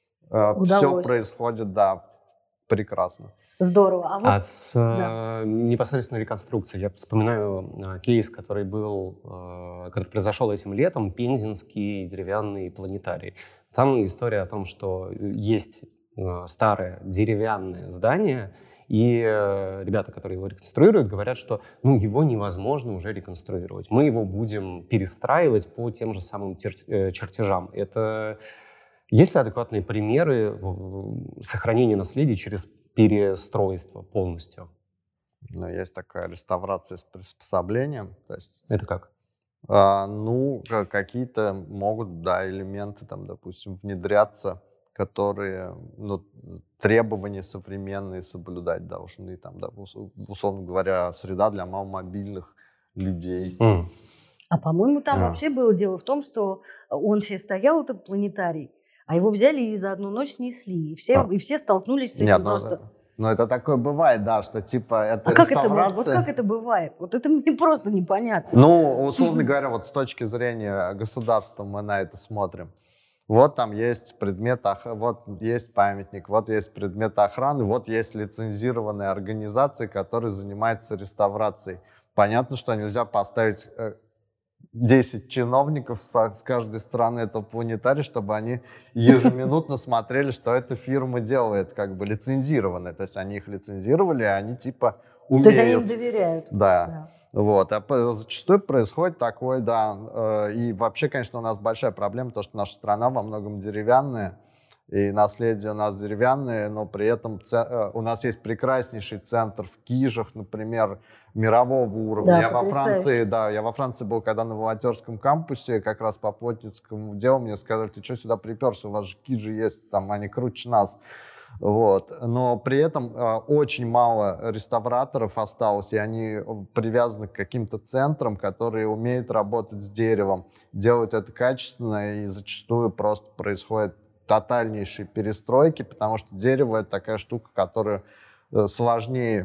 [SPEAKER 1] все происходит, да, прекрасно.
[SPEAKER 3] Здорово. А, вот...
[SPEAKER 4] а с да. непосредственно реконструкцией я вспоминаю кейс, который был, который произошел этим летом, Пензенский деревянный планетарий. Там история о том, что есть старое деревянное здание, и ребята, которые его реконструируют, говорят, что ну, его невозможно уже реконструировать. Мы его будем перестраивать по тем же самым тер- чертежам. Это... Есть ли адекватные примеры сохранения наследия через перестройство полностью?
[SPEAKER 1] Ну, есть такая реставрация с приспособлением. То есть,
[SPEAKER 4] это как?
[SPEAKER 1] А, ну, какие-то могут, да, элементы, там, допустим, внедряться, которые, ну, требования современные соблюдать должны, там, да, условно говоря, среда для маломобильных людей.
[SPEAKER 4] Mm.
[SPEAKER 3] А, по-моему, там
[SPEAKER 1] а.
[SPEAKER 3] вообще было дело в том, что он себе стоял, этот планетарий, а его взяли и за одну ночь снесли. И все, а. и все столкнулись с этим. Нет, просто...
[SPEAKER 1] Ну, ну, это такое бывает, да, что типа это
[SPEAKER 3] а как
[SPEAKER 1] реставрация...
[SPEAKER 3] это, вот, вот как это бывает? Вот это мне просто непонятно.
[SPEAKER 1] Ну, условно говоря, вот с точки зрения государства мы на это смотрим. Вот там есть предмет, вот есть памятник, вот есть предмет охраны, вот есть лицензированная организация, которая занимается реставрацией. Понятно, что нельзя поставить десять чиновников с каждой стороны этого планетария, чтобы они ежеминутно смотрели, что эта фирма делает, как бы лицензированная. То есть они их лицензировали, и они типа умеют.
[SPEAKER 3] То есть они им доверяют.
[SPEAKER 1] Да. да. Вот. А зачастую происходит такое, да. И вообще, конечно, у нас большая проблема, то, что наша страна во многом деревянная, и наследие у нас деревянное, но при этом у нас есть прекраснейший центр в Кижах, например, мирового уровня.
[SPEAKER 3] Да,
[SPEAKER 1] я во Франции, да, я во Франции был, когда на волонтерском кампусе, как раз по Плотницкому делу, мне сказали, ты что сюда приперся, у вас же Кижи есть, там они круче нас. Вот. Но при этом э, очень мало реставраторов осталось, и они привязаны к каким-то центрам, которые умеют работать с деревом, делают это качественно, и зачастую просто происходит тотальнейшие перестройки, потому что дерево — это такая штука, которую сложнее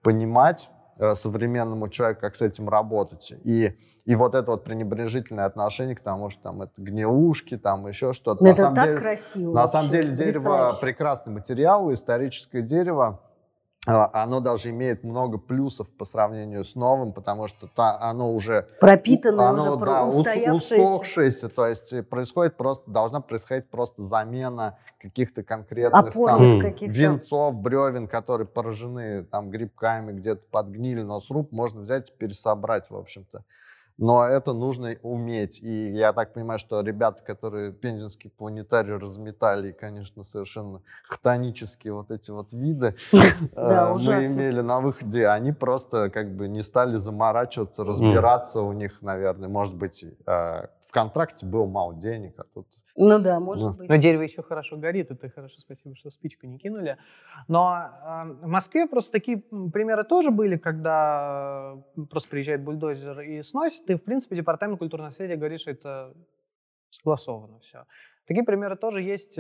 [SPEAKER 1] понимать э, современному человеку, как с этим работать. И, и вот это вот пренебрежительное отношение к тому, что там это гнилушки, там еще что-то.
[SPEAKER 3] Это
[SPEAKER 1] на
[SPEAKER 3] так
[SPEAKER 1] деле,
[SPEAKER 3] красиво.
[SPEAKER 1] На
[SPEAKER 3] вообще,
[SPEAKER 1] самом деле дерево
[SPEAKER 3] потрясающе.
[SPEAKER 1] прекрасный материал, историческое дерево. Оно даже имеет много плюсов по сравнению с новым, потому что та, оно уже
[SPEAKER 3] пропитанное,
[SPEAKER 1] оно,
[SPEAKER 3] уже
[SPEAKER 1] да,
[SPEAKER 3] устоявшееся.
[SPEAKER 1] усохшееся, то есть происходит просто, должна происходить просто замена каких-то конкретных
[SPEAKER 3] Опорных
[SPEAKER 1] там
[SPEAKER 3] каких-то.
[SPEAKER 1] венцов, бревен, которые поражены там грибками, где-то подгнили, но сруб можно взять и пересобрать, в общем-то. Но это нужно уметь. И я так понимаю, что ребята, которые Пензенский планетарий разметали, и, конечно, совершенно хтонические вот эти вот виды мы имели на выходе, они просто как бы не стали заморачиваться, разбираться у них, наверное. Может быть, в контракте было мало денег, а тут...
[SPEAKER 3] Ну да, может ну. быть.
[SPEAKER 2] Но дерево еще хорошо горит, это хорошо, спасибо, что спичку не кинули. Но э, в Москве просто такие примеры тоже были, когда просто приезжает бульдозер и сносит, и, в принципе, департамент культурного наследия говорит, что это согласовано все. Такие примеры тоже есть,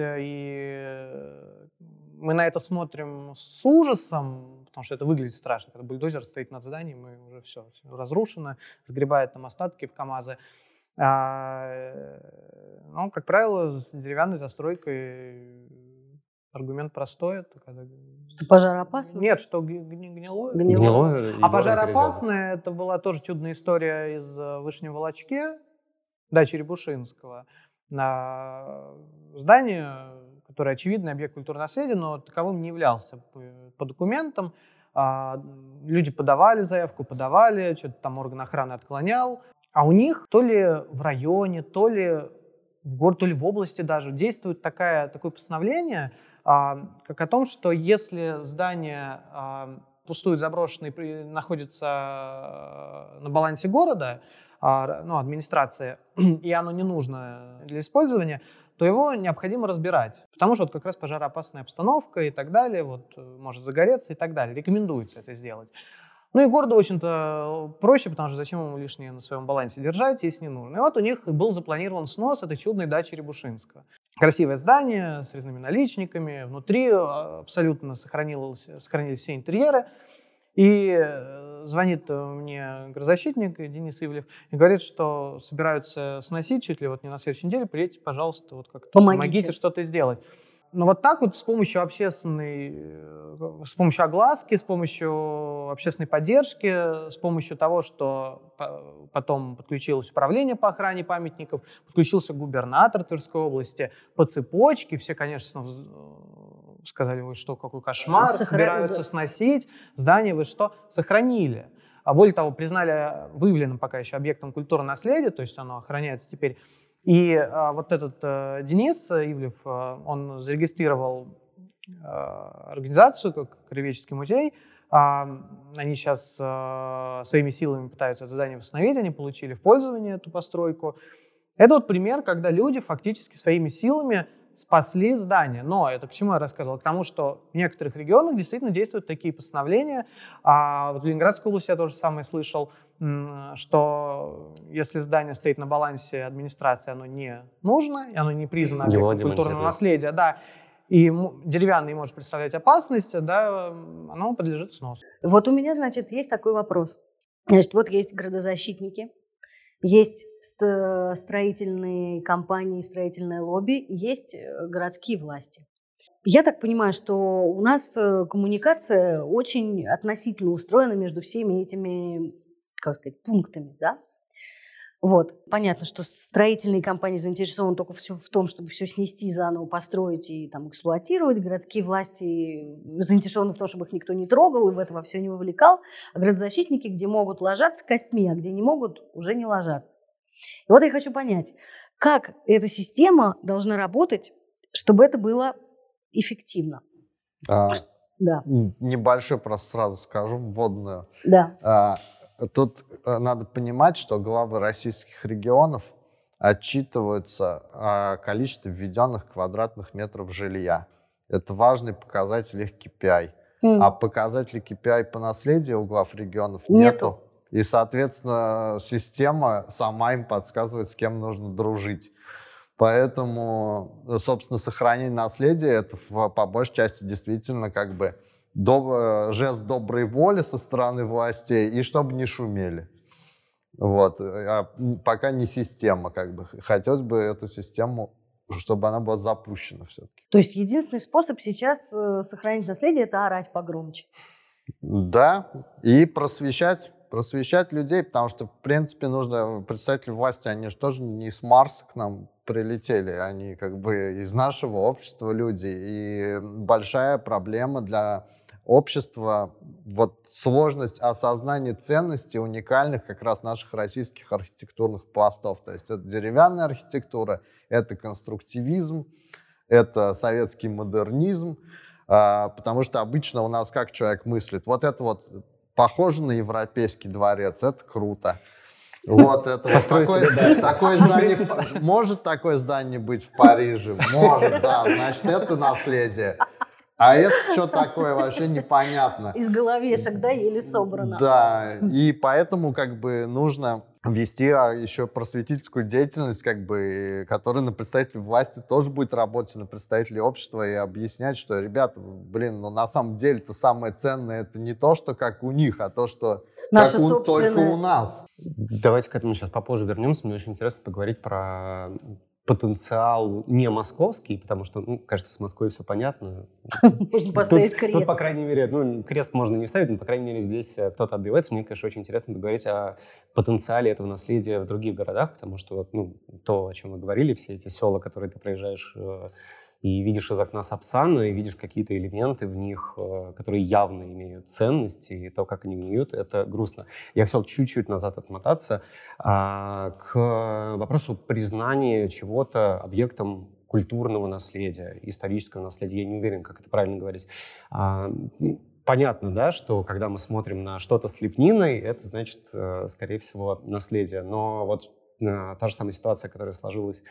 [SPEAKER 2] и мы на это смотрим с ужасом, потому что это выглядит страшно, когда бульдозер стоит над зданием, и уже все, все разрушено, сгребает там остатки в КАМАЗы. А, ну, как правило, с деревянной застройкой аргумент простой. Это когда...
[SPEAKER 3] Что пожароопасно?
[SPEAKER 2] Нет, что гнилое.
[SPEAKER 3] Гнилое.
[SPEAKER 4] гнилое
[SPEAKER 2] а пожароопасное, это была тоже чудная история из Вышнего Волочке, дачи Рябушинского. На здание, которое очевидный объект культурного наследия, но таковым не являлся по документам. Люди подавали заявку, подавали, что-то там орган охраны отклонял. А у них то ли в районе, то ли в городе, то ли в области даже действует такая, такое постановление, а, как о том, что если здание а, пустует, заброшенное, находится на балансе города, а, ну, администрации, и оно не нужно для использования, то его необходимо разбирать. Потому что вот как раз пожароопасная обстановка и так далее, вот, может загореться и так далее. Рекомендуется это сделать. Ну и городу, в общем-то, проще, потому что зачем ему лишнее на своем балансе держать, если не нужно. И вот у них был запланирован снос этой чудной дачи Рябушинского. Красивое здание с резными наличниками, внутри абсолютно сохранились, сохранились все интерьеры. И звонит мне градозащитник Денис Ивлев и говорит, что собираются сносить чуть ли вот не на следующей неделе, приедьте, пожалуйста, вот как-то помогите, помогите что-то сделать. Но вот так вот с помощью общественной, с помощью огласки, с помощью общественной поддержки, с помощью того, что потом подключилось управление по охране памятников, подключился губернатор Тверской области, по цепочке, все, конечно, сказали, вы что, какой кошмар, Сохран... собираются сносить здание, вы что, сохранили. А более того, признали выявленным пока еще объектом культурного наследия, то есть оно охраняется теперь. И а, вот этот а, Денис Ивлев, а, он зарегистрировал а, организацию, как Краеведческий музей. А, они сейчас а, своими силами пытаются это здание восстановить, они получили в пользование эту постройку. Это вот пример, когда люди фактически своими силами спасли здание. Но это к чему я рассказывал? К тому, что в некоторых регионах действительно действуют такие постановления. А в Ленинградской области я тоже самое слышал, что если здание стоит на балансе администрации, оно не нужно, и оно не признано объектом культурного наследия, да, и деревянный может представлять опасность, да, оно подлежит сносу.
[SPEAKER 3] Вот у меня, значит, есть такой вопрос. Значит, вот есть градозащитники, есть строительные компании, строительное лобби, есть городские власти. Я так понимаю, что у нас коммуникация очень относительно устроена между всеми этими, как сказать, пунктами, да? Вот. Понятно, что строительные компании заинтересованы только в том, чтобы все снести, заново построить и там эксплуатировать. Городские власти заинтересованы в том, чтобы их никто не трогал и в это во все не вовлекал. А градозащитники, где могут ложаться костьми, а где не могут, уже не ложатся. И вот я хочу понять, как эта система должна работать, чтобы это было эффективно.
[SPEAKER 1] А,
[SPEAKER 3] да.
[SPEAKER 1] Небольшой просто сразу скажу, вводную.
[SPEAKER 3] Да.
[SPEAKER 1] А, тут надо понимать, что главы российских регионов отчитываются о количестве введенных квадратных метров жилья. Это важный показатель их кей пи ай. Mm. А показателей кей пи ай по наследию у глав регионов нету. нету. И, соответственно, система сама им подсказывает, с кем нужно дружить. Поэтому, собственно, сохранение наследия — это по большей части действительно как бы доб- жест доброй воли со стороны властей, и чтобы не шумели. Вот. А пока не система, как бы. Хотелось бы эту систему, чтобы она была запущена все-таки.
[SPEAKER 3] То есть единственный способ сейчас сохранить наследие – это орать погромче.
[SPEAKER 1] Да, и просвещать, просвещать людей, потому что, в принципе, нужно, представители власти, они же тоже не с Марса к нам прилетели, они как бы из нашего общества люди, и большая проблема для общества, вот сложность осознания ценностей уникальных как раз наших российских архитектурных пластов, то есть это деревянная архитектура, это конструктивизм, это советский модернизм, потому что обычно у нас как человек мыслит, вот это вот похоже на европейский дворец, это круто. Вот это вот такое, такое здание, может такое здание быть в Париже? Может, да, значит, это наследие. А это что такое, вообще непонятно.
[SPEAKER 3] Из головешек, да, еле собрано.
[SPEAKER 1] Да, и поэтому как бы нужно вести еще просветительскую деятельность, как бы, которая на представителей власти тоже будет работать, на представителей общества, и объяснять, что, ребята, блин, ну на самом деле-то самое ценное это не то, что как у них, а то, что
[SPEAKER 3] Наше
[SPEAKER 1] как у,
[SPEAKER 3] собственное.
[SPEAKER 1] только у нас.
[SPEAKER 4] Давайте к этому сейчас попозже вернемся. Мне очень интересно поговорить про потенциал не московский, потому что, ну, кажется, с Москвой все понятно.
[SPEAKER 3] Можно поставить
[SPEAKER 4] тут,
[SPEAKER 3] крест.
[SPEAKER 4] Тут, по крайней мере, ну, крест можно не ставить, но, по крайней мере, здесь кто-то отбивается. Мне, конечно, очень интересно поговорить о потенциале этого наследия в других городах, потому что вот, ну, то, о чем мы говорили, все эти села, которые ты проезжаешь и видишь из окна Сапсана, и видишь какие-то элементы в них, которые явно имеют ценность, и то, как они гниют, это грустно. Я хотел чуть-чуть назад отмотаться а, к вопросу признания чего-то объектом культурного наследия, исторического наследия. Я не уверен, как это правильно говорить. А, понятно, да, что когда мы смотрим на что-то с лепниной, это значит, скорее всего, наследие. Но вот та же самая ситуация, которая сложилась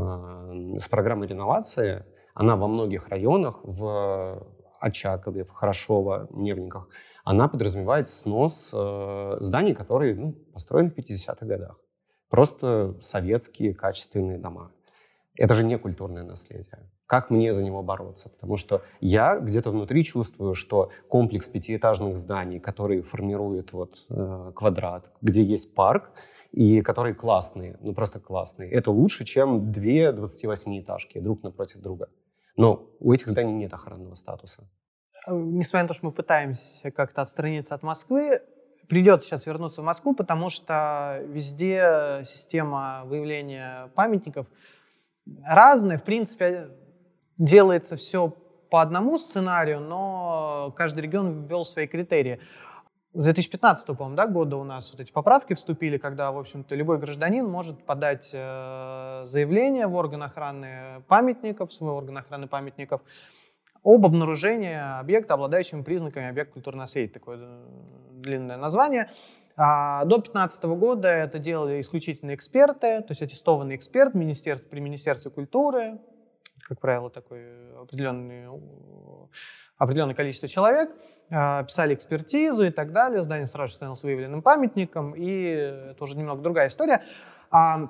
[SPEAKER 4] с программой реновации, она во многих районах, в Очакове, в Хорошово, Невниках, она подразумевает снос э, зданий, которые ну, построены в пятидесятых годах. Просто советские качественные дома. Это же не культурное наследие. Как мне за него бороться? Потому что я где-то внутри чувствую, что комплекс пятиэтажных зданий, который формирует вот, э, квадрат, где есть парк, и которые классные, ну просто классные, это лучше, чем две двадцативосьмиэтажки друг напротив друга. Но у этих зданий нет охранного статуса.
[SPEAKER 2] Несмотря на то, что мы пытаемся как-то отстраниться от Москвы, придется сейчас вернуться в Москву, потому что везде система выявления памятников разная. В принципе, делается все по одному сценарию, но каждый регион ввел свои критерии. С две тысячи пятнадцатого, по-моему, да, года у нас вот эти поправки вступили, когда, в общем-то, любой гражданин может подать э, заявление в орган охраны памятников, свой орган охраны памятников, об обнаружении объекта, обладающим признаками объекта культурного наследия. Такое длинное название. А до две тысячи пятнадцатого года это делали исключительно эксперты, то есть аттестованный эксперт министерств, при Министерстве культуры, как правило, такой определенный, определенное количество человек, писали экспертизу и так далее, здание сразу же становилось выявленным памятником, и это уже немного другая история. А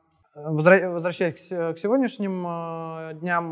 [SPEAKER 2] возвращаясь к сегодняшним дням,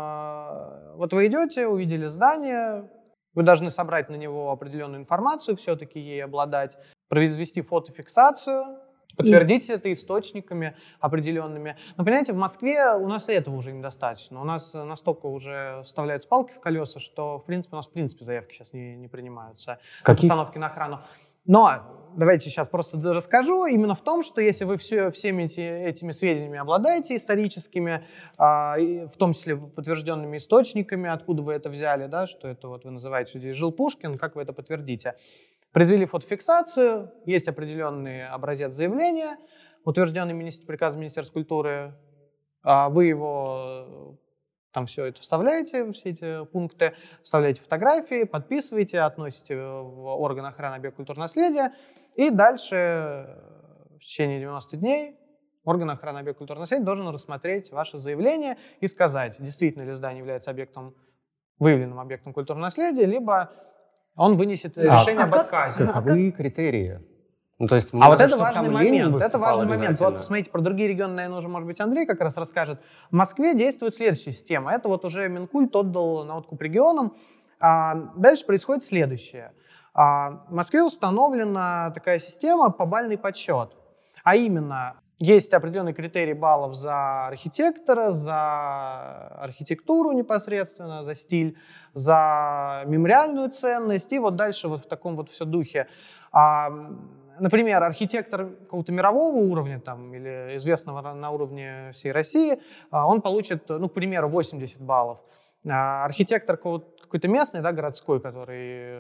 [SPEAKER 2] вот вы идете, увидели здание, вы должны собрать на него определенную информацию, все-таки ей обладать, произвести фотофиксацию, подтвердить и... это источниками определенными. Но, понимаете, в Москве у нас и этого уже недостаточно. У нас настолько уже вставляются палки в колеса, что, в принципе, у нас, в принципе, заявки сейчас не, не принимаются.
[SPEAKER 4] Какие?
[SPEAKER 2] Установки на охрану. Но давайте сейчас просто расскажу. Именно в том, что если вы все, всеми эти, этими сведениями обладаете, историческими, а, и в том числе подтвержденными источниками, откуда вы это взяли, да, что это вот вы называете, что здесь жил Пушкин, как вы это подтвердите? Произвели фотофиксацию, есть определенный образец заявления, утвержденный министр, приказом Министерства культуры, а вы его там все это вставляете, все эти пункты, вставляете фотографии, подписываете, относите в орган охраны объекта культурного наследия, и дальше в течение девяноста дней орган охраны объекта культурного наследия должен рассмотреть ваше заявление и сказать, действительно ли здание является объектом, выявленным объектом культурного наследия, либо он вынесет решение а, об отказе.
[SPEAKER 4] Каковы критерии? Ну, то есть,
[SPEAKER 2] а вот это важный момент. Это важный момент. Вот посмотрите, про другие регионы, наверное, уже, может быть, Андрей как раз расскажет. В Москве действует следующая система. Это вот уже Минкульт отдал на откуп регионам. А дальше происходит следующее. А в Москве установлена такая система побальный подсчет. А именно, есть определенный критерий баллов за архитектора, за архитектуру непосредственно, за стиль, за мемориальную ценность. И вот дальше вот в таком вот все духе. А, например, архитектор какого-то мирового уровня там, или известного на уровне всей России, он получит, ну, к примеру, восемьдесят баллов. А архитектор какой-то местный, да, городской, который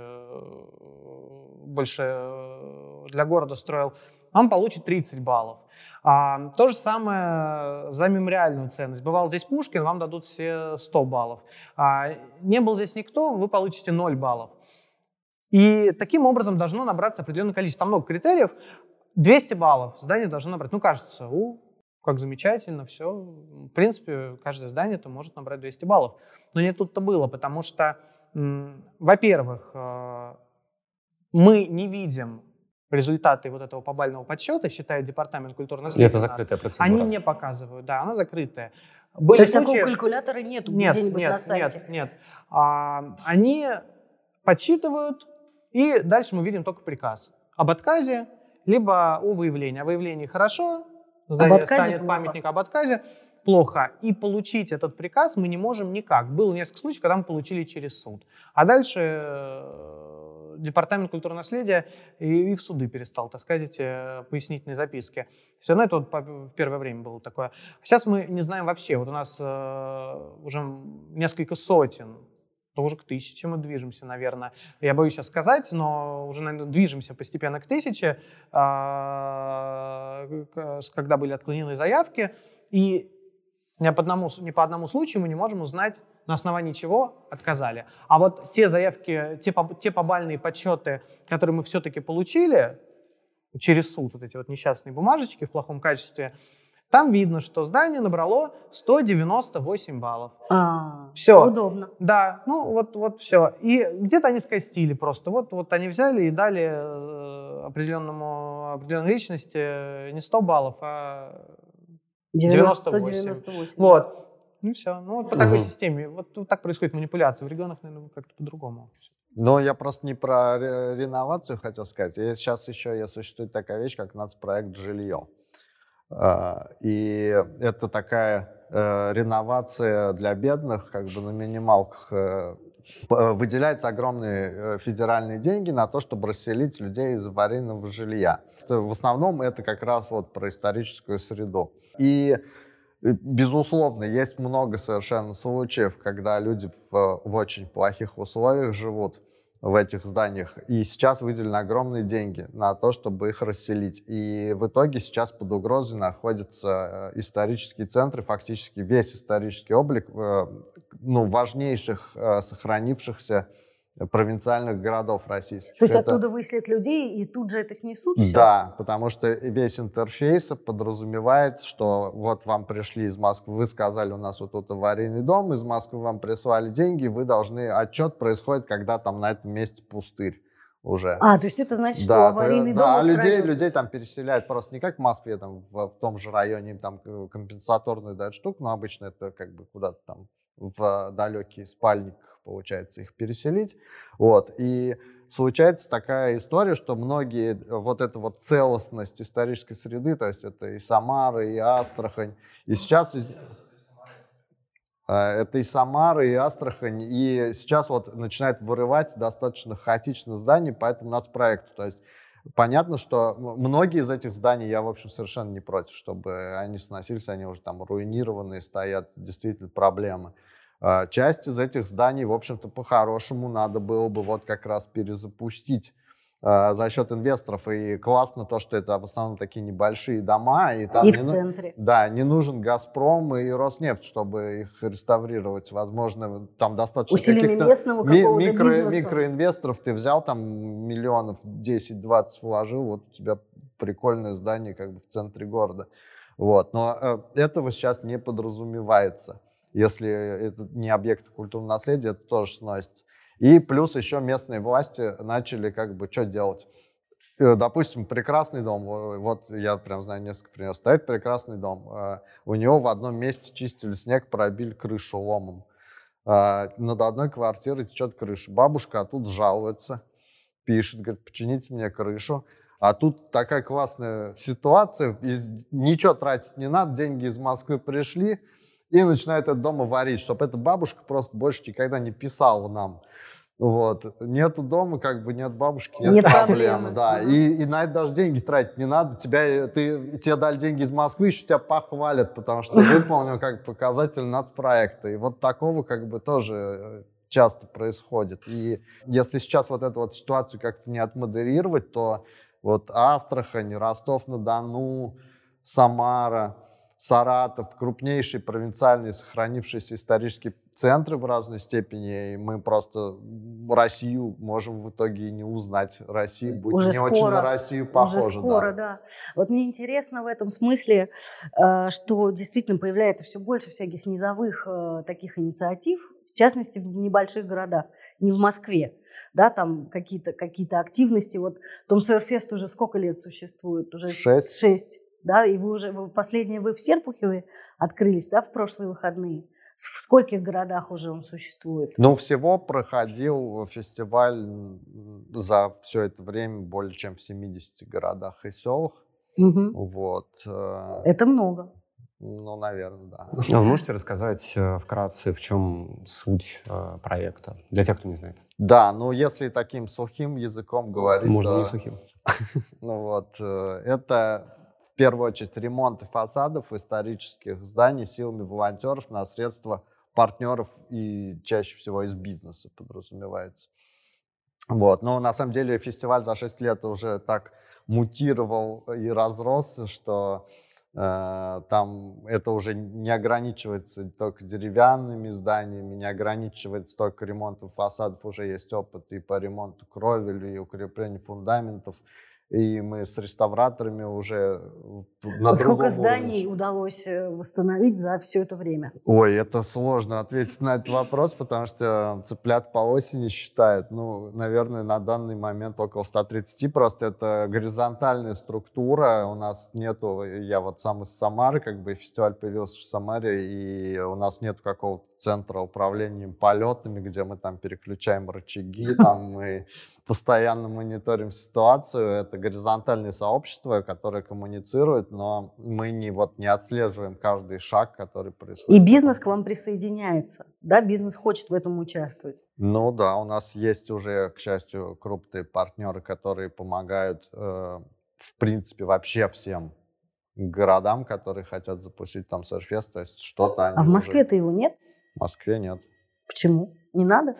[SPEAKER 2] больше для города строил, он получит тридцать баллов. А, то же самое за мемориальную ценность. Бывал здесь Пушкин, вам дадут все сто баллов. А, не был здесь никто, вы получите ноль баллов. И таким образом должно набраться определенное количество. Там много критериев. двести баллов здание должно набрать. Ну, кажется, у, как замечательно, все. В принципе, каждое здание-то может набрать двести баллов. Но не тут-то было, потому что, м, во-первых, э, мы не видим результаты вот этого побального подсчета, считает Департамент культурного наследия.
[SPEAKER 4] Это закрытая процедура.
[SPEAKER 2] Они не показывают, да, она закрытая. Были
[SPEAKER 3] То есть
[SPEAKER 2] случаи...
[SPEAKER 3] такого калькулятора нету
[SPEAKER 2] нет,
[SPEAKER 3] где-нибудь
[SPEAKER 2] нет,
[SPEAKER 3] на сайте?
[SPEAKER 2] Нет, нет. А, они подсчитывают, и дальше мы видим только приказ об отказе, либо о выявлении. О выявлении хорошо, здание станет
[SPEAKER 3] плохо.
[SPEAKER 2] памятник, об отказе плохо. И получить этот приказ мы не можем никак. Было несколько случаев, когда мы получили через суд. А дальше Департамент культурного наследия и, и в суды перестал таскать эти пояснительные записки. Все равно это вот в первое время было такое. Сейчас мы не знаем вообще. Вот у нас э, уже несколько сотен, тоже к тысяче мы движемся, наверное. Я боюсь сейчас сказать, но уже, наверное, движемся постепенно к тысяче, э, когда были отклонены заявки. И ни по одному, ни по одному случаю мы не можем узнать, на основании чего отказали. А вот те заявки, те, те побальные подсчеты, которые мы все-таки получили через суд, вот эти вот несчастные бумажечки в плохом качестве, там видно, что здание набрало сто девяносто восемь баллов.
[SPEAKER 3] А,
[SPEAKER 2] все.
[SPEAKER 3] Удобно.
[SPEAKER 2] Да, ну вот, вот все. И где-то они скостили просто. Вот, вот они взяли и дали определенному, определенной личности не сто баллов, а девяносто восемь.
[SPEAKER 3] девяносто восемь.
[SPEAKER 2] Вот. Ну все. Ну вот по такой
[SPEAKER 4] Мгм.
[SPEAKER 2] системе. Вот, вот так происходит манипуляция. В регионах, наверное, как-то по-другому.
[SPEAKER 1] Но я просто не про ре- реновацию хотел сказать. И сейчас еще и существует такая вещь, как нацпроект «Жилье». А, И это такая э, реновация для бедных, как бы на минималках. э, п- Выделяются огромные э, федеральные деньги на то, чтобы расселить людей из аварийного жилья. Это, в основном это как раз вот про историческую среду. И э, безусловно, есть много совершенно случаев, когда люди в, в очень плохих условиях живут в этих зданиях. И сейчас выделены огромные деньги на то, чтобы их расселить. И в итоге сейчас под угрозой находятся э, исторические центры, фактически весь исторический облик э, ну, важнейших э, сохранившихся провинциальных городов российских.
[SPEAKER 3] То есть
[SPEAKER 1] Это-
[SPEAKER 3] оттуда выселят людей и тут же это снесут? всё?
[SPEAKER 1] Да, потому что весь интерфейс подразумевает, что вот вам пришли из Москвы, вы сказали, у нас вот тут аварийный дом, из Москвы вам прислали деньги, вы должны, отчет происходит, когда там на этом месте пустырь уже.
[SPEAKER 3] А, то есть это значит, что
[SPEAKER 1] Да,
[SPEAKER 3] аварийный
[SPEAKER 1] да,
[SPEAKER 3] дом
[SPEAKER 1] а людей,
[SPEAKER 3] устраивают?
[SPEAKER 1] людей там переселяют просто не как в Москве, там, в, в том же районе им там компенсаторную дают штуку, но обычно это как бы куда-то там в далекий спальник, получается, их переселить. Вот. И случается такая история, что многие, вот эта вот целостность исторической среды, то есть это и Самара, и Астрахань, и сейчас... Это и Самара, и Астрахань, и сейчас вот начинает вырывать достаточно хаотично здания по этому нацпроекту. То есть понятно, что многие из этих зданий, я, в общем, совершенно не против, чтобы они сносились, они уже там руинированные стоят, действительно проблемы. Часть из этих зданий, в общем-то, по-хорошему надо было бы вот как раз перезапустить за счет инвесторов. И классно то, что это в основном такие небольшие дома. И, там
[SPEAKER 3] И
[SPEAKER 1] не
[SPEAKER 3] в
[SPEAKER 1] ну-
[SPEAKER 3] центре.
[SPEAKER 1] Да, не нужен «Газпром» и «Роснефть», чтобы их реставрировать. Возможно, там достаточно
[SPEAKER 3] Усилиями
[SPEAKER 1] каких-то
[SPEAKER 3] местного
[SPEAKER 1] ми-
[SPEAKER 3] какого-то
[SPEAKER 1] микро-
[SPEAKER 3] бизнеса.
[SPEAKER 1] микроинвесторов. Ты взял там миллионов десять-двадцать вложил, вот у тебя прикольное здание как бы в центре города. Вот. Но э, этого сейчас не подразумевается. Если это не объекты культурного наследия, это тоже сносится. И плюс еще местные власти начали как бы что делать. Э, Допустим, прекрасный дом, э, вот я прям знаю несколько примеров, стоит прекрасный дом, э, у него в одном месте чистили снег, пробили крышу ломом. А, над одной квартирой течет крыша. Бабушка, а тут жалуется, пишет, говорит, почините мне крышу. А тут такая классная ситуация, ничего тратить не надо, деньги из Москвы пришли, и начинает это дома варить, чтобы эта бабушка просто больше никогда не писала нам. Вот. Нету дома, как бы нет бабушки, нет,
[SPEAKER 3] нет
[SPEAKER 1] проблемы.
[SPEAKER 3] проблемы.
[SPEAKER 1] Да. Uh-huh. И, и на это даже деньги тратить не надо. Тебя, ты, тебе дали деньги из Москвы, еще тебя похвалят, потому что выполнил как показатель нацпроекта. И вот такого как бы тоже часто происходит. И если сейчас вот эту вот ситуацию как-то не отмодерировать, то вот Астрахань, Ростов-на-Дону, Самара, Саратов, крупнейшие провинциальные сохранившиеся исторические центры в разной степени, и мы просто Россию можем в итоге и не узнать. Россия будет
[SPEAKER 3] уже
[SPEAKER 1] не
[SPEAKER 3] скоро,
[SPEAKER 1] очень на Россию похожа.
[SPEAKER 3] Уже скоро, да. да. Вот мне интересно в этом смысле, что действительно появляется все больше всяких низовых таких инициатив, в частности, в небольших городах, не в Москве. Да, там какие-то, какие-то активности. Вот Том Сойер-фест уже сколько лет существует? Уже
[SPEAKER 1] шесть.
[SPEAKER 3] шесть. Да, и вы уже, вы, последние вы в Серпухове открылись, да, в прошлые выходные. В скольких городах уже он существует?
[SPEAKER 1] Ну, всего проходил фестиваль за все это время более чем в семидесяти городах и селах.
[SPEAKER 3] Угу.
[SPEAKER 1] Вот.
[SPEAKER 3] Это много.
[SPEAKER 1] Ну, наверное, да.
[SPEAKER 4] А вы можете рассказать вкратце, в чем суть проекта, для тех, кто не знает?
[SPEAKER 1] Да, ну, если таким сухим языком говорить...
[SPEAKER 4] Можно
[SPEAKER 1] то...
[SPEAKER 4] не сухим.
[SPEAKER 1] Ну, вот, это... В первую очередь ремонты фасадов исторических зданий силами волонтеров на средства партнеров и чаще всего из бизнеса подразумевается. Вот. Но на самом деле фестиваль за шесть лет уже так мутировал и разросся, что э, там это уже не ограничивается только деревянными зданиями, не ограничивается только ремонтом фасадов, уже есть опыт и по ремонту кровель, и укреплению фундаментов. И мы с реставраторами уже на
[SPEAKER 3] Сколько
[SPEAKER 1] другом
[SPEAKER 3] зданий
[SPEAKER 1] уровне.
[SPEAKER 3] удалось восстановить за все это время?
[SPEAKER 1] Ой, это сложно ответить на этот вопрос, потому что цыплят по осени считают. Ну, наверное, на данный момент около ста тридцати. Просто это горизонтальная структура. У нас нету, я вот сам из Самары, как бы фестиваль появился в Самаре, и у нас нету какого-то центра управления полетами, где мы там переключаем рычаги, там мы постоянно мониторим ситуацию. Это горизонтальное сообщество, которое коммуницирует, но мы не, вот, не отслеживаем каждый шаг, который происходит.
[SPEAKER 3] И бизнес к вам присоединяется, да? Бизнес хочет в этом участвовать.
[SPEAKER 1] Ну да, у нас есть уже, к счастью, крупные партнеры, которые помогают, э, в принципе, вообще всем городам, которые хотят запустить там Сойер-фест, то есть что-то они
[SPEAKER 3] А в Москве-то
[SPEAKER 1] уже...
[SPEAKER 3] его нет?
[SPEAKER 1] В Москве нет.
[SPEAKER 3] Почему? Не надо?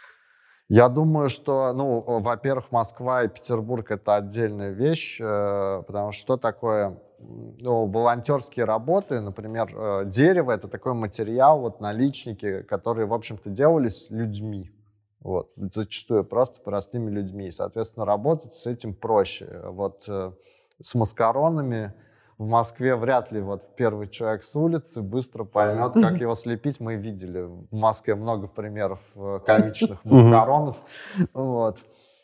[SPEAKER 1] Я думаю, что, ну, во-первых, Москва и Петербург — это отдельная вещь, э, потому что что такое, ну, волонтерские работы, например, э, дерево — это такой материал, вот, наличники, которые, в общем-то, делались людьми, вот, зачастую просто простыми людьми, и, соответственно, работать с этим проще. Вот э, с маскаронами в Москве вряд ли вот первый человек с улицы быстро поймет, как его слепить. Мы видели в Москве много примеров комичных маскаронов. Вот.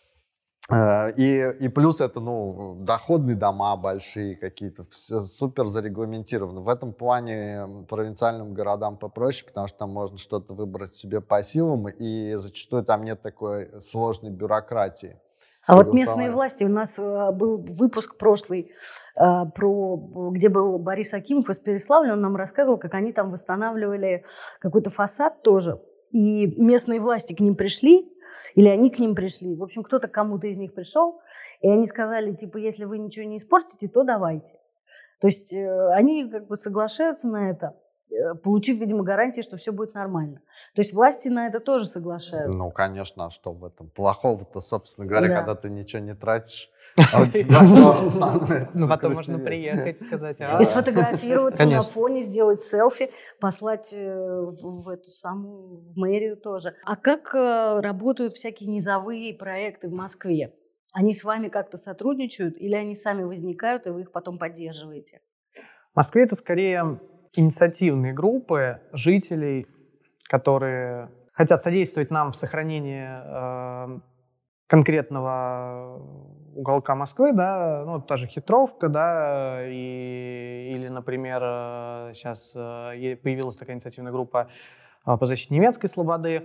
[SPEAKER 1] И, и плюс это, ну, доходные дома большие какие-то, все супер зарегламентировано. В этом плане провинциальным городам попроще, потому что там можно что-то выбрать себе по силам, и зачастую там нет такой сложной бюрократии.
[SPEAKER 3] А вот местные власти, у нас э, был выпуск прошлый, э, про, где был Борис Акимов из Переславля, он нам рассказывал, как они там восстанавливали какой-то фасад тоже, и местные власти к ним пришли, или они к ним пришли, в общем, кто-то к кому-то из них пришел, и они сказали, типа, если вы ничего не испортите, то давайте. То есть э, они как бы соглашаются на это, получив, видимо, гарантии, что все будет нормально. То есть власти на это тоже соглашаются.
[SPEAKER 1] Ну, конечно, а что в этом плохого-то, собственно говоря,
[SPEAKER 3] Да.
[SPEAKER 1] когда ты ничего не тратишь, а у тебя город становится
[SPEAKER 2] Ну, потом
[SPEAKER 1] красивее.
[SPEAKER 2] можно приехать, сказать,
[SPEAKER 3] И
[SPEAKER 2] а,
[SPEAKER 3] сфотографироваться на
[SPEAKER 2] Конечно.
[SPEAKER 3] фоне, сделать селфи, послать э, в, в эту самую в мэрию тоже. А как э, работают всякие низовые проекты в Москве? Они с вами как-то сотрудничают или они сами возникают, и вы их потом поддерживаете?
[SPEAKER 2] В Москве это скорее инициативные группы жителей, которые хотят содействовать нам в сохранении э, конкретного уголка Москвы, да, ну, та же Хитровка, да, и, или, например, сейчас появилась такая инициативная группа по защите немецкой слободы,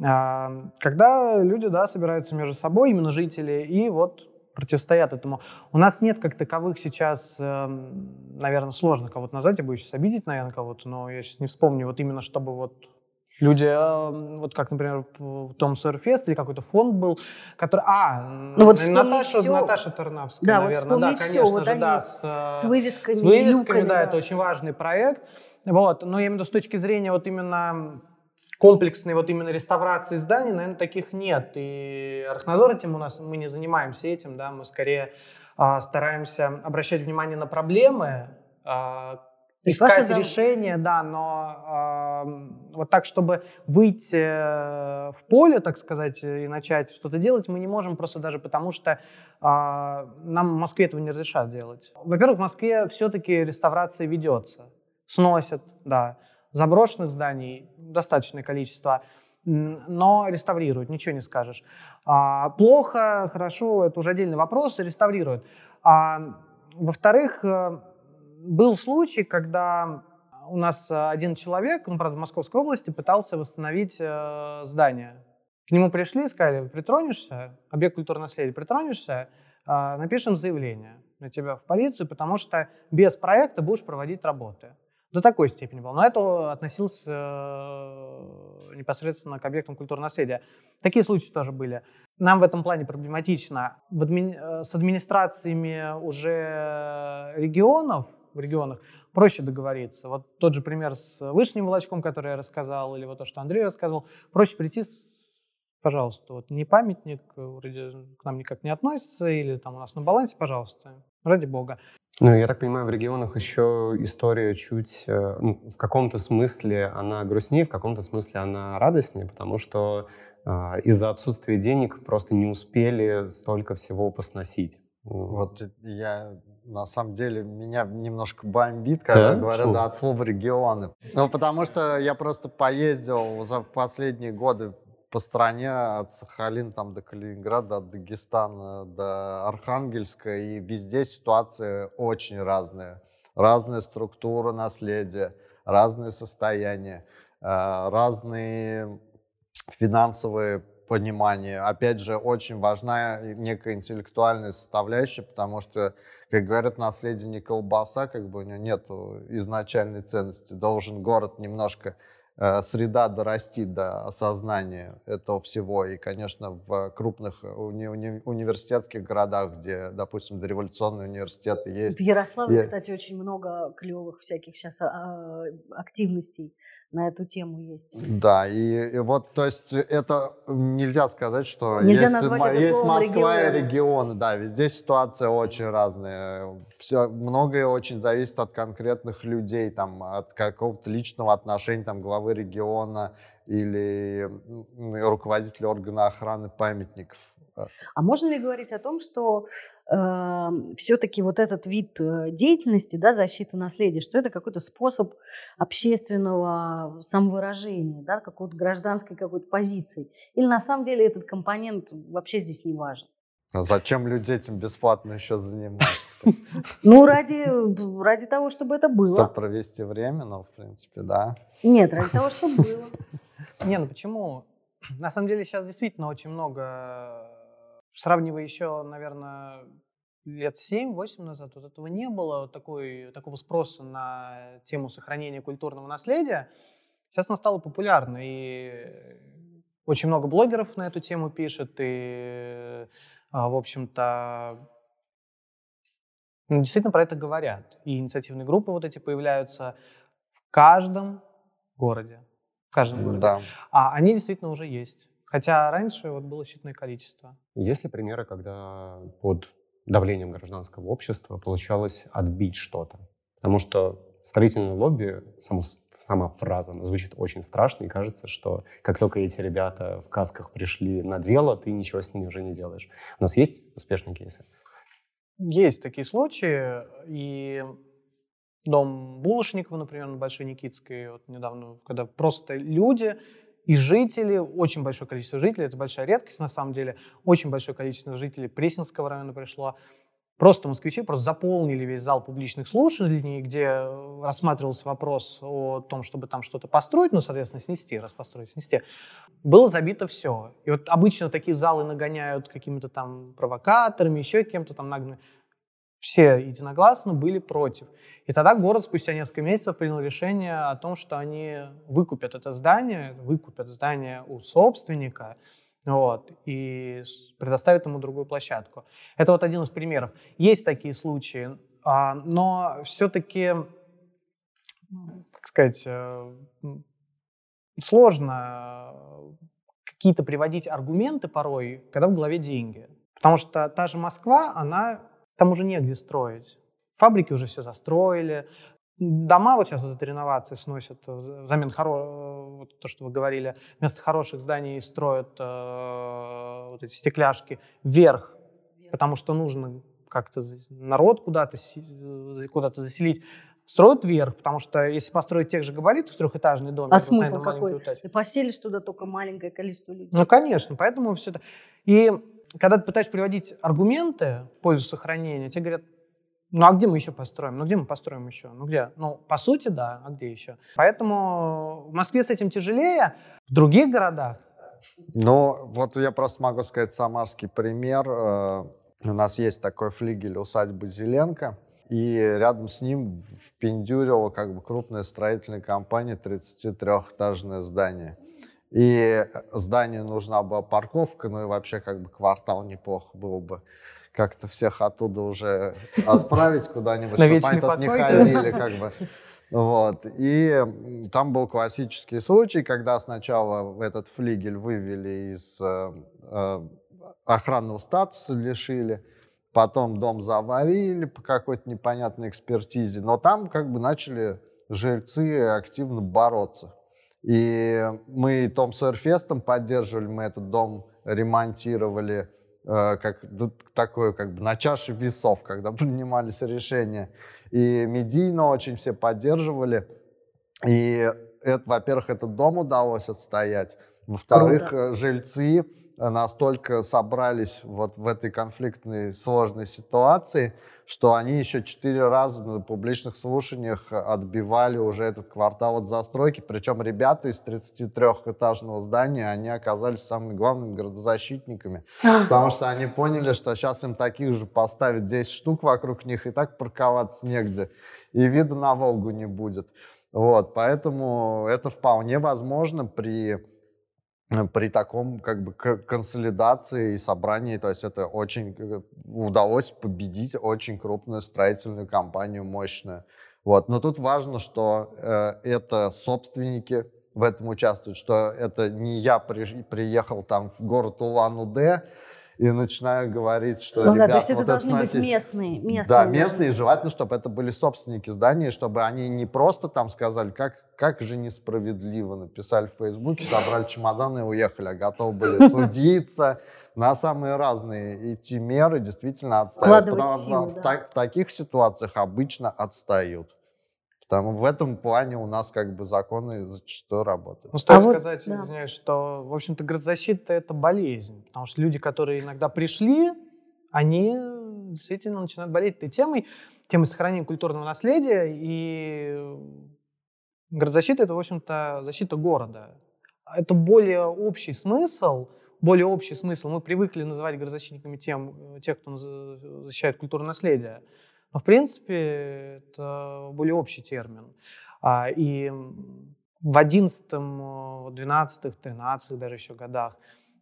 [SPEAKER 2] когда люди, да, собираются между собой, именно жители, и вот противостоят этому. У нас нет как таковых сейчас, наверное, сложно кого-то назвать, я боюсь сейчас обидеть, наверное, кого-то, но я сейчас не вспомню, вот именно чтобы вот люди, вот как, например, в том Сойерфест или какой-то фонд был, который... А,
[SPEAKER 3] ну, вот
[SPEAKER 2] Наташа,
[SPEAKER 3] все.
[SPEAKER 2] Наташа Тарнавская,
[SPEAKER 3] да,
[SPEAKER 2] наверное.
[SPEAKER 3] Вот
[SPEAKER 2] да, конечно
[SPEAKER 3] все, вот
[SPEAKER 2] же,
[SPEAKER 3] они
[SPEAKER 2] да. С,
[SPEAKER 3] с вывесками.
[SPEAKER 2] С вывесками,
[SPEAKER 3] люками,
[SPEAKER 2] да,
[SPEAKER 3] да,
[SPEAKER 2] это очень важный проект. Вот, но я имею в виду с точки зрения вот именно комплексной вот именно реставрации зданий, наверное, таких нет. И Архнадзор этим у нас, мы не занимаемся этим, да, мы скорее а, стараемся обращать внимание на проблемы, а, искать
[SPEAKER 3] зам...
[SPEAKER 2] решения, да, но э, вот так, чтобы выйти в поле, так сказать, и начать что-то делать, мы не можем просто даже потому, что э, нам в Москве этого не разрешат делать. Во-первых, в Москве все-таки реставрация ведется, сносят, да, заброшенных зданий достаточное количество, но реставрируют, ничего не скажешь. А, плохо, хорошо, это уже отдельный вопрос, реставрируют. А, во-вторых, был случай, когда у нас один человек, ну, правда, в Московской области, пытался восстановить э, здание. К нему пришли, сказали: притронешься, объект культурного наследия, притронешься, э, напишем заявление на тебя в полицию, потому что без проекта будешь проводить работы. До такой степени было. Но это относился э, непосредственно к объектам культурного наследия. Такие случаи тоже были. Нам в этом плане проблематично. В адми... С администрациями уже регионов, в регионах проще договориться. Вот тот же пример с Вышним Волочком, который я рассказал, или вот то, что Андрей рассказывал. Проще прийти, с... пожалуйста, вот не памятник, вроде к нам никак не относится, или там у нас на балансе, пожалуйста, ради бога.
[SPEAKER 4] Ну, я так понимаю, в регионах еще история чуть, ну, в каком-то смысле она грустнее, в каком-то смысле она радостнее, потому что э, из-за отсутствия денег просто не успели столько всего посносить.
[SPEAKER 1] Вот я, на самом деле, меня немножко бомбит, когда
[SPEAKER 4] да?
[SPEAKER 1] говорят да, от слова «регионы». Ну, потому что я просто поездил за последние годы по стране, от Сахалина там, до Калининграда, от Дагестана до Архангельска, и везде ситуация очень разная. Разная структура наследия, разные состояния, разные финансовые понимания. Опять же, очень важна некая интеллектуальная составляющая, потому что, как говорят, наследие не колбаса, как бы у него нет изначальной ценности. Должен город немножко среда дорасти до осознания этого всего. И, конечно, в крупных уни- уни- университетских городах, где, допустим, дореволюционные университеты есть.
[SPEAKER 3] В Ярославле,
[SPEAKER 1] и...
[SPEAKER 3] кстати, очень много клевых всяких сейчас а, активностей на эту тему есть.
[SPEAKER 1] Да, и, и вот, то есть, это нельзя сказать, что
[SPEAKER 3] нельзя
[SPEAKER 1] есть,
[SPEAKER 3] назвать это
[SPEAKER 1] есть Москва
[SPEAKER 3] регионы.
[SPEAKER 1] и регионы, да, везде ситуация очень разная. Все, многое очень зависит от конкретных людей, там, от какого-то личного отношения там, главы региона или руководителя органа охраны памятников.
[SPEAKER 3] А можно ли говорить о том, что э, все-таки вот этот вид деятельности, да, защиты наследия, что это какой-то способ общественного самовыражения, да, какой-то гражданской какой-то позиции? Или на самом деле этот компонент вообще здесь не важен?
[SPEAKER 1] А зачем люди этим бесплатно еще заниматься?
[SPEAKER 3] Ну, ради, ради того, чтобы это было.
[SPEAKER 1] Чтобы провести время, ну, в принципе, да.
[SPEAKER 3] Нет, ради того, чтобы было.
[SPEAKER 2] Не, ну почему? На самом деле сейчас действительно очень много... Сравнивая еще, наверное, лет семь-восемь назад, вот этого не было, вот такой, такого спроса на тему сохранения культурного наследия. Сейчас оно стало популярно, и очень много блогеров на эту тему пишет, и, в общем-то, ну, действительно про это говорят. И инициативные группы вот эти появляются в каждом городе. В каждом городе.
[SPEAKER 1] Да.
[SPEAKER 2] А они действительно уже есть. Хотя раньше вот было считанное количество.
[SPEAKER 4] Есть ли примеры, когда под давлением гражданского общества получалось отбить что-то? Потому что строительное лобби, само, сама фраза, она звучит очень страшно, и кажется, что как только эти ребята в касках пришли на дело, ты ничего с ними уже не делаешь. У нас есть успешные кейсы?
[SPEAKER 2] Есть такие случаи, и дом Булошникова, например, на Большой Никитской, вот недавно, когда просто люди... И жители, очень большое количество жителей, это большая редкость на самом деле, очень большое количество жителей Пресненского района пришло, просто москвичи просто заполнили весь зал публичных слушаний, где рассматривался вопрос о том, чтобы там что-то построить, ну, соответственно, снести, раз построить, снести. Было забито все. И вот обычно такие залы нагоняют какими-то там провокаторами, еще кем-то там нагнаны. Все единогласно были против. И тогда город спустя несколько месяцев принял решение о том, что они выкупят это здание, выкупят здание у собственника, вот, и предоставят ему другую площадку. Это вот один из примеров. Есть такие случаи, но все-таки, как сказать, сложно какие-то приводить аргументы порой, когда в голове деньги. Потому что та же Москва, она... Там уже негде строить. Фабрики уже все застроили. Дома вот сейчас вот эта реновация сносят взамен хоро... вот то, что вы говорили, вместо хороших зданий строят э, вот эти стекляшки вверх, потому что нужно как-то народ куда-то куда-то заселить. Строят вверх, потому что если построить тех же габаритов трехэтажный дом,
[SPEAKER 3] а
[SPEAKER 2] это,
[SPEAKER 3] смысл
[SPEAKER 2] наверное,
[SPEAKER 3] какой? Ты поселишь туда только маленькое количество людей.
[SPEAKER 2] Ну, конечно, поэтому все это... И когда ты пытаешься приводить аргументы в пользу сохранения, тебе говорят, ну а где мы еще построим? Ну где мы построим еще? Ну где? Ну, по сути, да, а где еще? Поэтому в Москве с этим тяжелее, в других городах.
[SPEAKER 1] Ну, вот я просто могу сказать самарский пример. У нас есть такой флигель усадьбы Зеленко, и рядом с ним впендюрила как бы крупная строительная компания, тридцатитрёхэтажное здание. И зданию нужна была парковка, ну и вообще как бы квартал неплохо было бы как-то всех оттуда уже отправить куда-нибудь, чтобы они тут не ходили как бы. Вот. И там был классический случай, когда сначала этот флигель вывели из э, охранного статуса, лишили, потом дом заварили по какой-то непонятной экспертизе, но там как бы начали жильцы активно бороться. И мы Том Сойер-фестом поддерживали, мы этот дом ремонтировали э, как такое, как бы на чаше весов, когда принимались решения. И медийно очень все поддерживали. И, это, во-первых, этот дом удалось отстоять. Во-вторых, Круто. Жильцы настолько собрались вот в этой конфликтной сложной ситуации, что они еще четыре раза на публичных слушаниях отбивали уже этот квартал от застройки. Причем ребята из тридцатитрёхэтажного здания, они оказались самыми главными градозащитниками, потому что они поняли, что сейчас им таких же поставят десять штук вокруг них, и так парковаться негде, и вида на Волгу не будет. Вот, поэтому это вполне возможно при... при таком как бы консолидации и собрании, то есть это очень удалось победить очень крупную строительную компанию, мощную. Вот. Но тут важно, что э, это собственники в этом участвуют, что это не я при, приехал там в город Улан-Удэ и начинаю говорить, что,
[SPEAKER 3] ну,
[SPEAKER 1] ребят,
[SPEAKER 3] да, то есть это
[SPEAKER 1] вот
[SPEAKER 3] должны
[SPEAKER 1] это,
[SPEAKER 3] быть
[SPEAKER 1] знаете,
[SPEAKER 3] местные, местные.
[SPEAKER 1] Да, местные, желательно, чтобы это были собственники здания, чтобы они не просто там сказали, как, как же несправедливо, написали в Фейсбуке, собрали чемоданы и уехали, а готовы были судиться, на самые разные идти меры, действительно отстают. Потому
[SPEAKER 3] силу,
[SPEAKER 1] в,
[SPEAKER 3] да.
[SPEAKER 1] в, в таких ситуациях обычно отстают. Потому в этом плане у нас как бы законы зачастую работают.
[SPEAKER 2] Ну, стоит
[SPEAKER 3] а
[SPEAKER 2] сказать, вот, да. извиняюсь, что, в общем-то, градозащита — это болезнь. Потому что люди, которые иногда пришли, они действительно начинают болеть этой темой, темой сохранения культурного наследия. И градозащита — это, в общем-то, защита города. Это более общий смысл, более общий смысл. Мы привыкли называть градозащитниками тем, тех, кто защищает культурное наследие. Но, в принципе, это более общий термин. И в одиннадцатом, двенадцатом, тринадцатом даже еще годах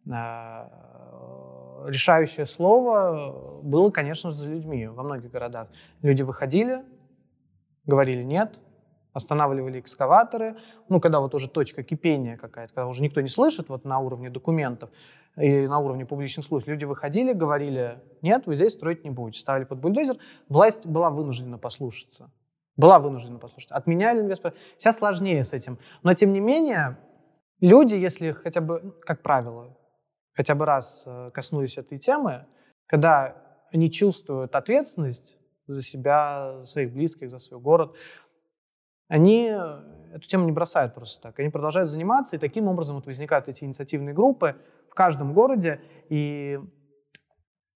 [SPEAKER 2] решающее слово было, конечно же, за людьми во многих городах. Люди выходили, говорили «нет», останавливали экскаваторы. Ну, когда вот уже точка кипения какая-то, когда уже никто не слышит вот на уровне документов и на уровне публичных служб, люди выходили, говорили «нет, вы здесь строить не будете». Ставили под бульдозер. Власть была вынуждена послушаться. Была вынуждена послушаться. Отменяли инвестора. Сейчас сложнее с этим. Но, тем не менее, люди, если хотя бы, как правило, хотя бы раз коснулись этой темы, когда они чувствуют ответственность за себя, за своих близких, за свой город, они эту тему не бросают просто так. Они продолжают заниматься, и таким образом вот возникают эти инициативные группы в каждом городе. И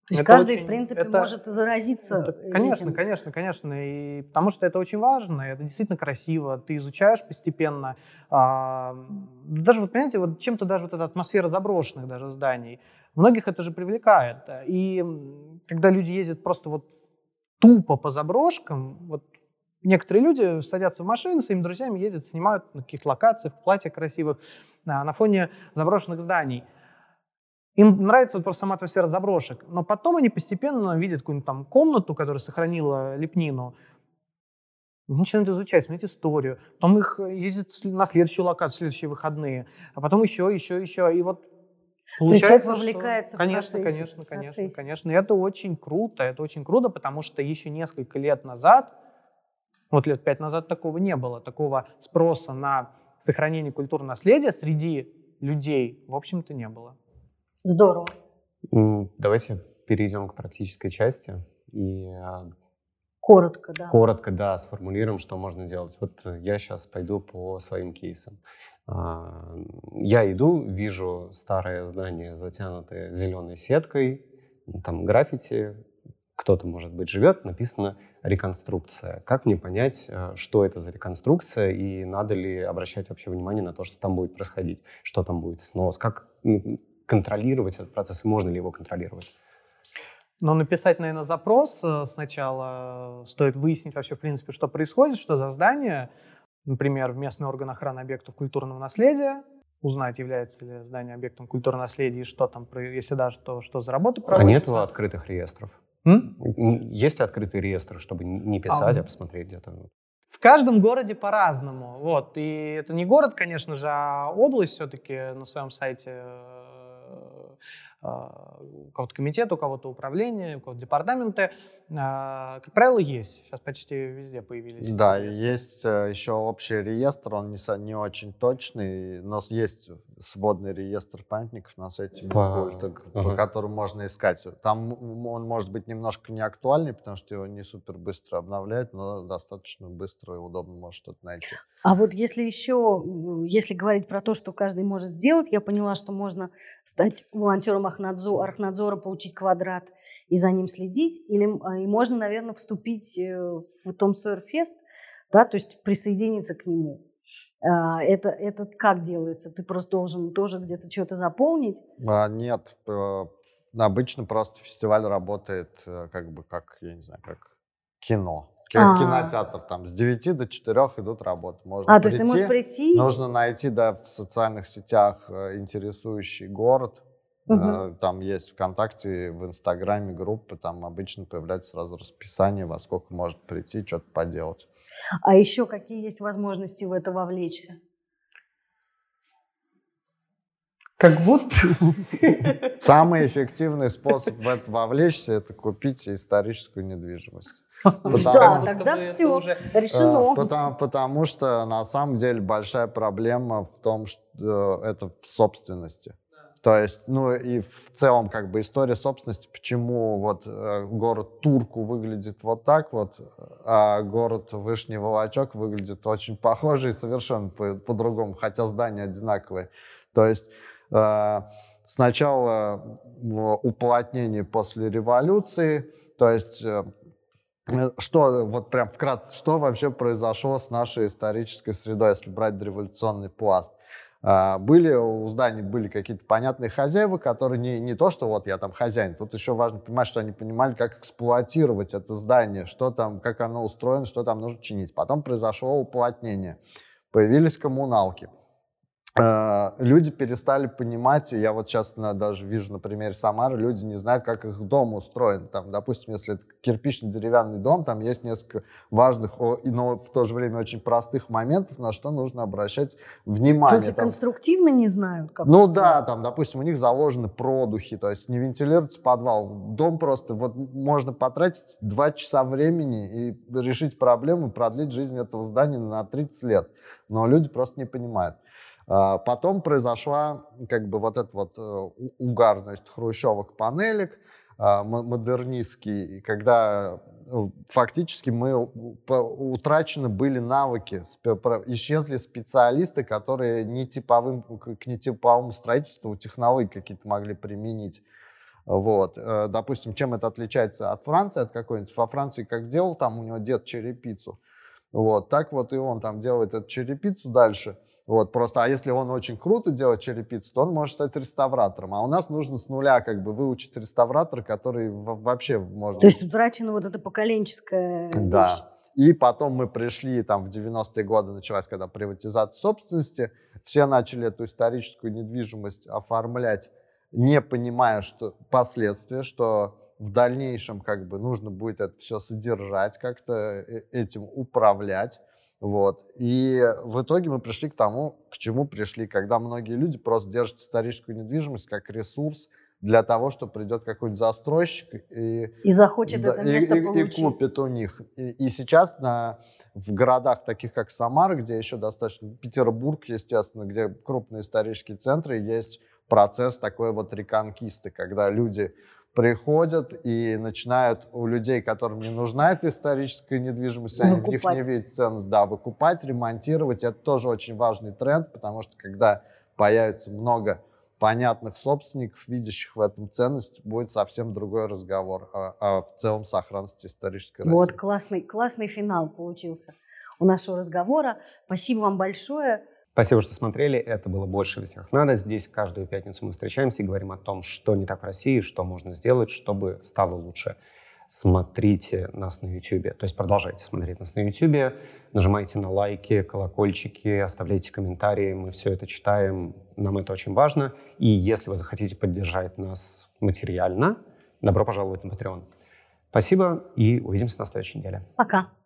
[SPEAKER 3] То есть
[SPEAKER 2] Это
[SPEAKER 3] каждый,
[SPEAKER 2] очень-
[SPEAKER 3] в принципе,
[SPEAKER 2] это-
[SPEAKER 3] может заразиться
[SPEAKER 2] Это,
[SPEAKER 3] этим.
[SPEAKER 2] конечно, конечно, конечно. И потому что это очень важно, это действительно красиво. Ты изучаешь постепенно. А, да даже вот, понимаете, вот чем-то даже вот эта атмосфера заброшенных даже зданий, многих это же привлекает. И м, когда люди ездят просто вот тупо по заброшкам, вот некоторые люди садятся в машину, с своими друзьями ездят, снимают на каких-то локациях, в платьях красивых, а, на фоне заброшенных зданий. Им нравится вот просто сама атмосфера заброшек, но потом они постепенно видят какую-нибудь там комнату, которая сохранила лепнину, начинают изучать, смотреть историю, потом их ездят на следующую локацию, следующие выходные, а потом еще, еще, еще, и вот
[SPEAKER 3] То есть человек
[SPEAKER 2] получается,
[SPEAKER 3] вовлекается
[SPEAKER 2] что...
[SPEAKER 3] в
[SPEAKER 2] Конечно,
[SPEAKER 3] процессе,
[SPEAKER 2] конечно,
[SPEAKER 3] в
[SPEAKER 2] конечно,
[SPEAKER 3] процессе.
[SPEAKER 2] конечно, и это очень круто, это очень круто, потому что еще несколько лет назад, вот лет пять назад такого не было, такого спроса на сохранение культурного наследия среди людей, в общем-то, не было.
[SPEAKER 3] Здорово.
[SPEAKER 4] М, Давайте перейдем к практической части и а,
[SPEAKER 3] Коротко, да.
[SPEAKER 4] коротко, да, сформулируем, что можно делать. Вот э, я сейчас пойду по своим кейсам. А, Я иду, вижу старое здание, затянутое зеленой сеткой, там граффити, кто-то, может быть, живет, написано «реконструкция». Как мне понять, э, что это за реконструкция, и надо ли обращать вообще внимание на то, что там будет происходить, что там будет снос, как м, контролировать этот процесс, и можно ли его контролировать?
[SPEAKER 2] Но написать, наверное, запрос э, сначала стоит выяснить вообще, в принципе, что происходит, что за здание. Например, в местный орган охраны объектов культурного наследия, узнать, является ли здание объектом культурного наследия и что там, про- если даже, то что за работы
[SPEAKER 4] А
[SPEAKER 2] проводятся.
[SPEAKER 4] нету открытых реестров?
[SPEAKER 2] М?
[SPEAKER 4] М, Есть ли открытые реестры, чтобы не писать,
[SPEAKER 2] А,
[SPEAKER 4] а посмотреть где-то?
[SPEAKER 2] В каждом городе по-разному. Вот. И это не город, конечно же, а область все-таки на своем сайте э, э, у кого-то комитет, у кого-то управление, у кого-то департаменты. Э, Как правило, есть. Сейчас почти везде появились.
[SPEAKER 1] Да,
[SPEAKER 2] эти
[SPEAKER 1] и
[SPEAKER 2] реестры.
[SPEAKER 1] есть э, еще общий реестр, он не, со- не очень точный, но с- есть сводный реестр памятников на сайте
[SPEAKER 4] По-
[SPEAKER 1] Минкульта, к- по
[SPEAKER 4] Ага.
[SPEAKER 1] которому можно искать. Там м, он может быть немножко не актуальный, потому что его не супер быстро обновляют, но достаточно быстро и удобно может что-то найти.
[SPEAKER 3] А вот если еще, м, если говорить про то, что каждый может сделать, я поняла, что можно стать волонтером Архнадзо- Архнадзора, получить квадрат и за ним следить, или м, а, и можно, наверное, вступить э, в Том Сойер Фест, да, то есть присоединиться к нему. А, Это, это как делается? Ты просто должен тоже где-то что-то заполнить.
[SPEAKER 1] А, нет, э, обычно просто фестиваль работает э, как бы как, я не знаю, как кино. Ки-
[SPEAKER 3] А.
[SPEAKER 1] Кинотеатр там с девяти до четырёх идут работы. Можно
[SPEAKER 3] А, то есть ты можешь прийти.
[SPEAKER 1] Нужно найти, да, в социальных сетях э, интересующий город.
[SPEAKER 3] Мгм.
[SPEAKER 1] Э, Там есть ВКонтакте, в Инстаграме группы, там обычно появляется сразу расписание, во сколько может прийти, что-то поделать.
[SPEAKER 3] А еще какие есть возможности в это вовлечься?
[SPEAKER 2] Как будто...
[SPEAKER 1] Самый эффективный способ в это вовлечься — это купить историческую недвижимость. Потому-
[SPEAKER 3] Да, тогда
[SPEAKER 2] Это
[SPEAKER 3] все
[SPEAKER 2] уже-
[SPEAKER 3] решено.
[SPEAKER 1] Э, Потому, потому что на самом деле большая проблема в том, что э, это в собственности. То есть, ну и в целом как бы история собственности, почему вот э, город Турку выглядит вот так вот, а город Вышний Волочек выглядит очень похоже и совершенно по- по-другому, хотя здания одинаковые. То есть э, сначала э, уплотнение после революции, то есть э, что, вот прям вкратце, что вообще произошло с нашей исторической средой, если брать дореволюционный пласт? А, Были у зданий были какие-то понятные хозяева, которые не, не то, что вот я там хозяин, тут еще важно понимать, что они понимали, как эксплуатировать это здание, что там, как оно устроено, что там нужно чинить. Потом произошло уплотнение, появились коммуналки. Э, Люди перестали понимать, и я вот сейчас на- даже вижу на примере Самары, люди не знают, как их дом устроен. Там, допустим, если это кирпичный деревянный дом, там есть несколько важных, о- и- но в то же время очень простых моментов, на что нужно обращать
[SPEAKER 3] В
[SPEAKER 1] внимание.
[SPEAKER 3] смысле,
[SPEAKER 1] Там,
[SPEAKER 3] конструктивно не знают, как
[SPEAKER 1] ну
[SPEAKER 3] устроено?
[SPEAKER 1] да, там, допустим, у них заложены продухи, то есть не вентилируется подвал. Дом просто, вот можно потратить два часа времени и решить проблему, и продлить жизнь этого здания на тридцать лет. Но люди просто не понимают. А, Потом произошла как бы вот этот вот э, у- угар, значит, хрущевок, панелек, а, м- модернистский, и когда э, фактически мы у- по- утрачены были навыки, спе- про- исчезли специалисты, которые не типовым, к к нетиповому строительству технологии какие-то могли применить. Вот. Допустим, чем это отличается от Франции, от какой-нибудь? Во Франции как делал, там у него дед черепицу. Вот. Так вот и он там делает эту черепицу дальше. Вот. Просто, а если он очень круто делает черепицу, то он может стать реставратором. А у нас нужно с нуля как бы выучить реставратора, который вообще может...
[SPEAKER 3] То есть утрачена вот эта поколенческая
[SPEAKER 1] Да.
[SPEAKER 3] вещь.
[SPEAKER 1] И потом мы пришли, там в девяностые годы началась, когда приватизация собственности, все начали эту историческую недвижимость оформлять, не понимая, что последствия, что в дальнейшем как бы нужно будет это все содержать, как-то этим управлять. Вот. И в итоге мы пришли к тому, к чему пришли, когда многие люди просто держат историческую недвижимость как ресурс для того, что придет какой-нибудь застройщик и,
[SPEAKER 3] И захочет
[SPEAKER 1] да,
[SPEAKER 3] это место
[SPEAKER 1] и, и,
[SPEAKER 3] получить.
[SPEAKER 1] и купит у них. И, и сейчас на, в городах, таких как Самара, где еще достаточно, Петербург, естественно, где крупные исторические центры, есть процесс такой вот реконкисты, когда люди приходят и начинают у людей, которым не нужна эта историческая недвижимость, они в них не видят ценность, да, выкупать, ремонтировать. Это тоже очень важный тренд, потому что когда появится много понятных собственников, видящих в этом ценность, будет совсем другой разговор о, о в целом сохранности исторической России.
[SPEAKER 3] Вот классный, классный финал получился у нашего разговора. Спасибо вам большое.
[SPEAKER 4] Спасибо, что смотрели. Это было «Больше для всех надо». Здесь каждую пятницу мы встречаемся и говорим о том, что не так в России, что можно сделать, чтобы стало лучше. Смотрите нас на YouTube, то есть продолжайте смотреть нас на YouTube, нажимайте на лайки, колокольчики, оставляйте комментарии, мы все это читаем, нам это очень важно. И если вы захотите поддержать нас материально, добро пожаловать на Patreon. Спасибо и увидимся на следующей неделе.
[SPEAKER 3] Пока.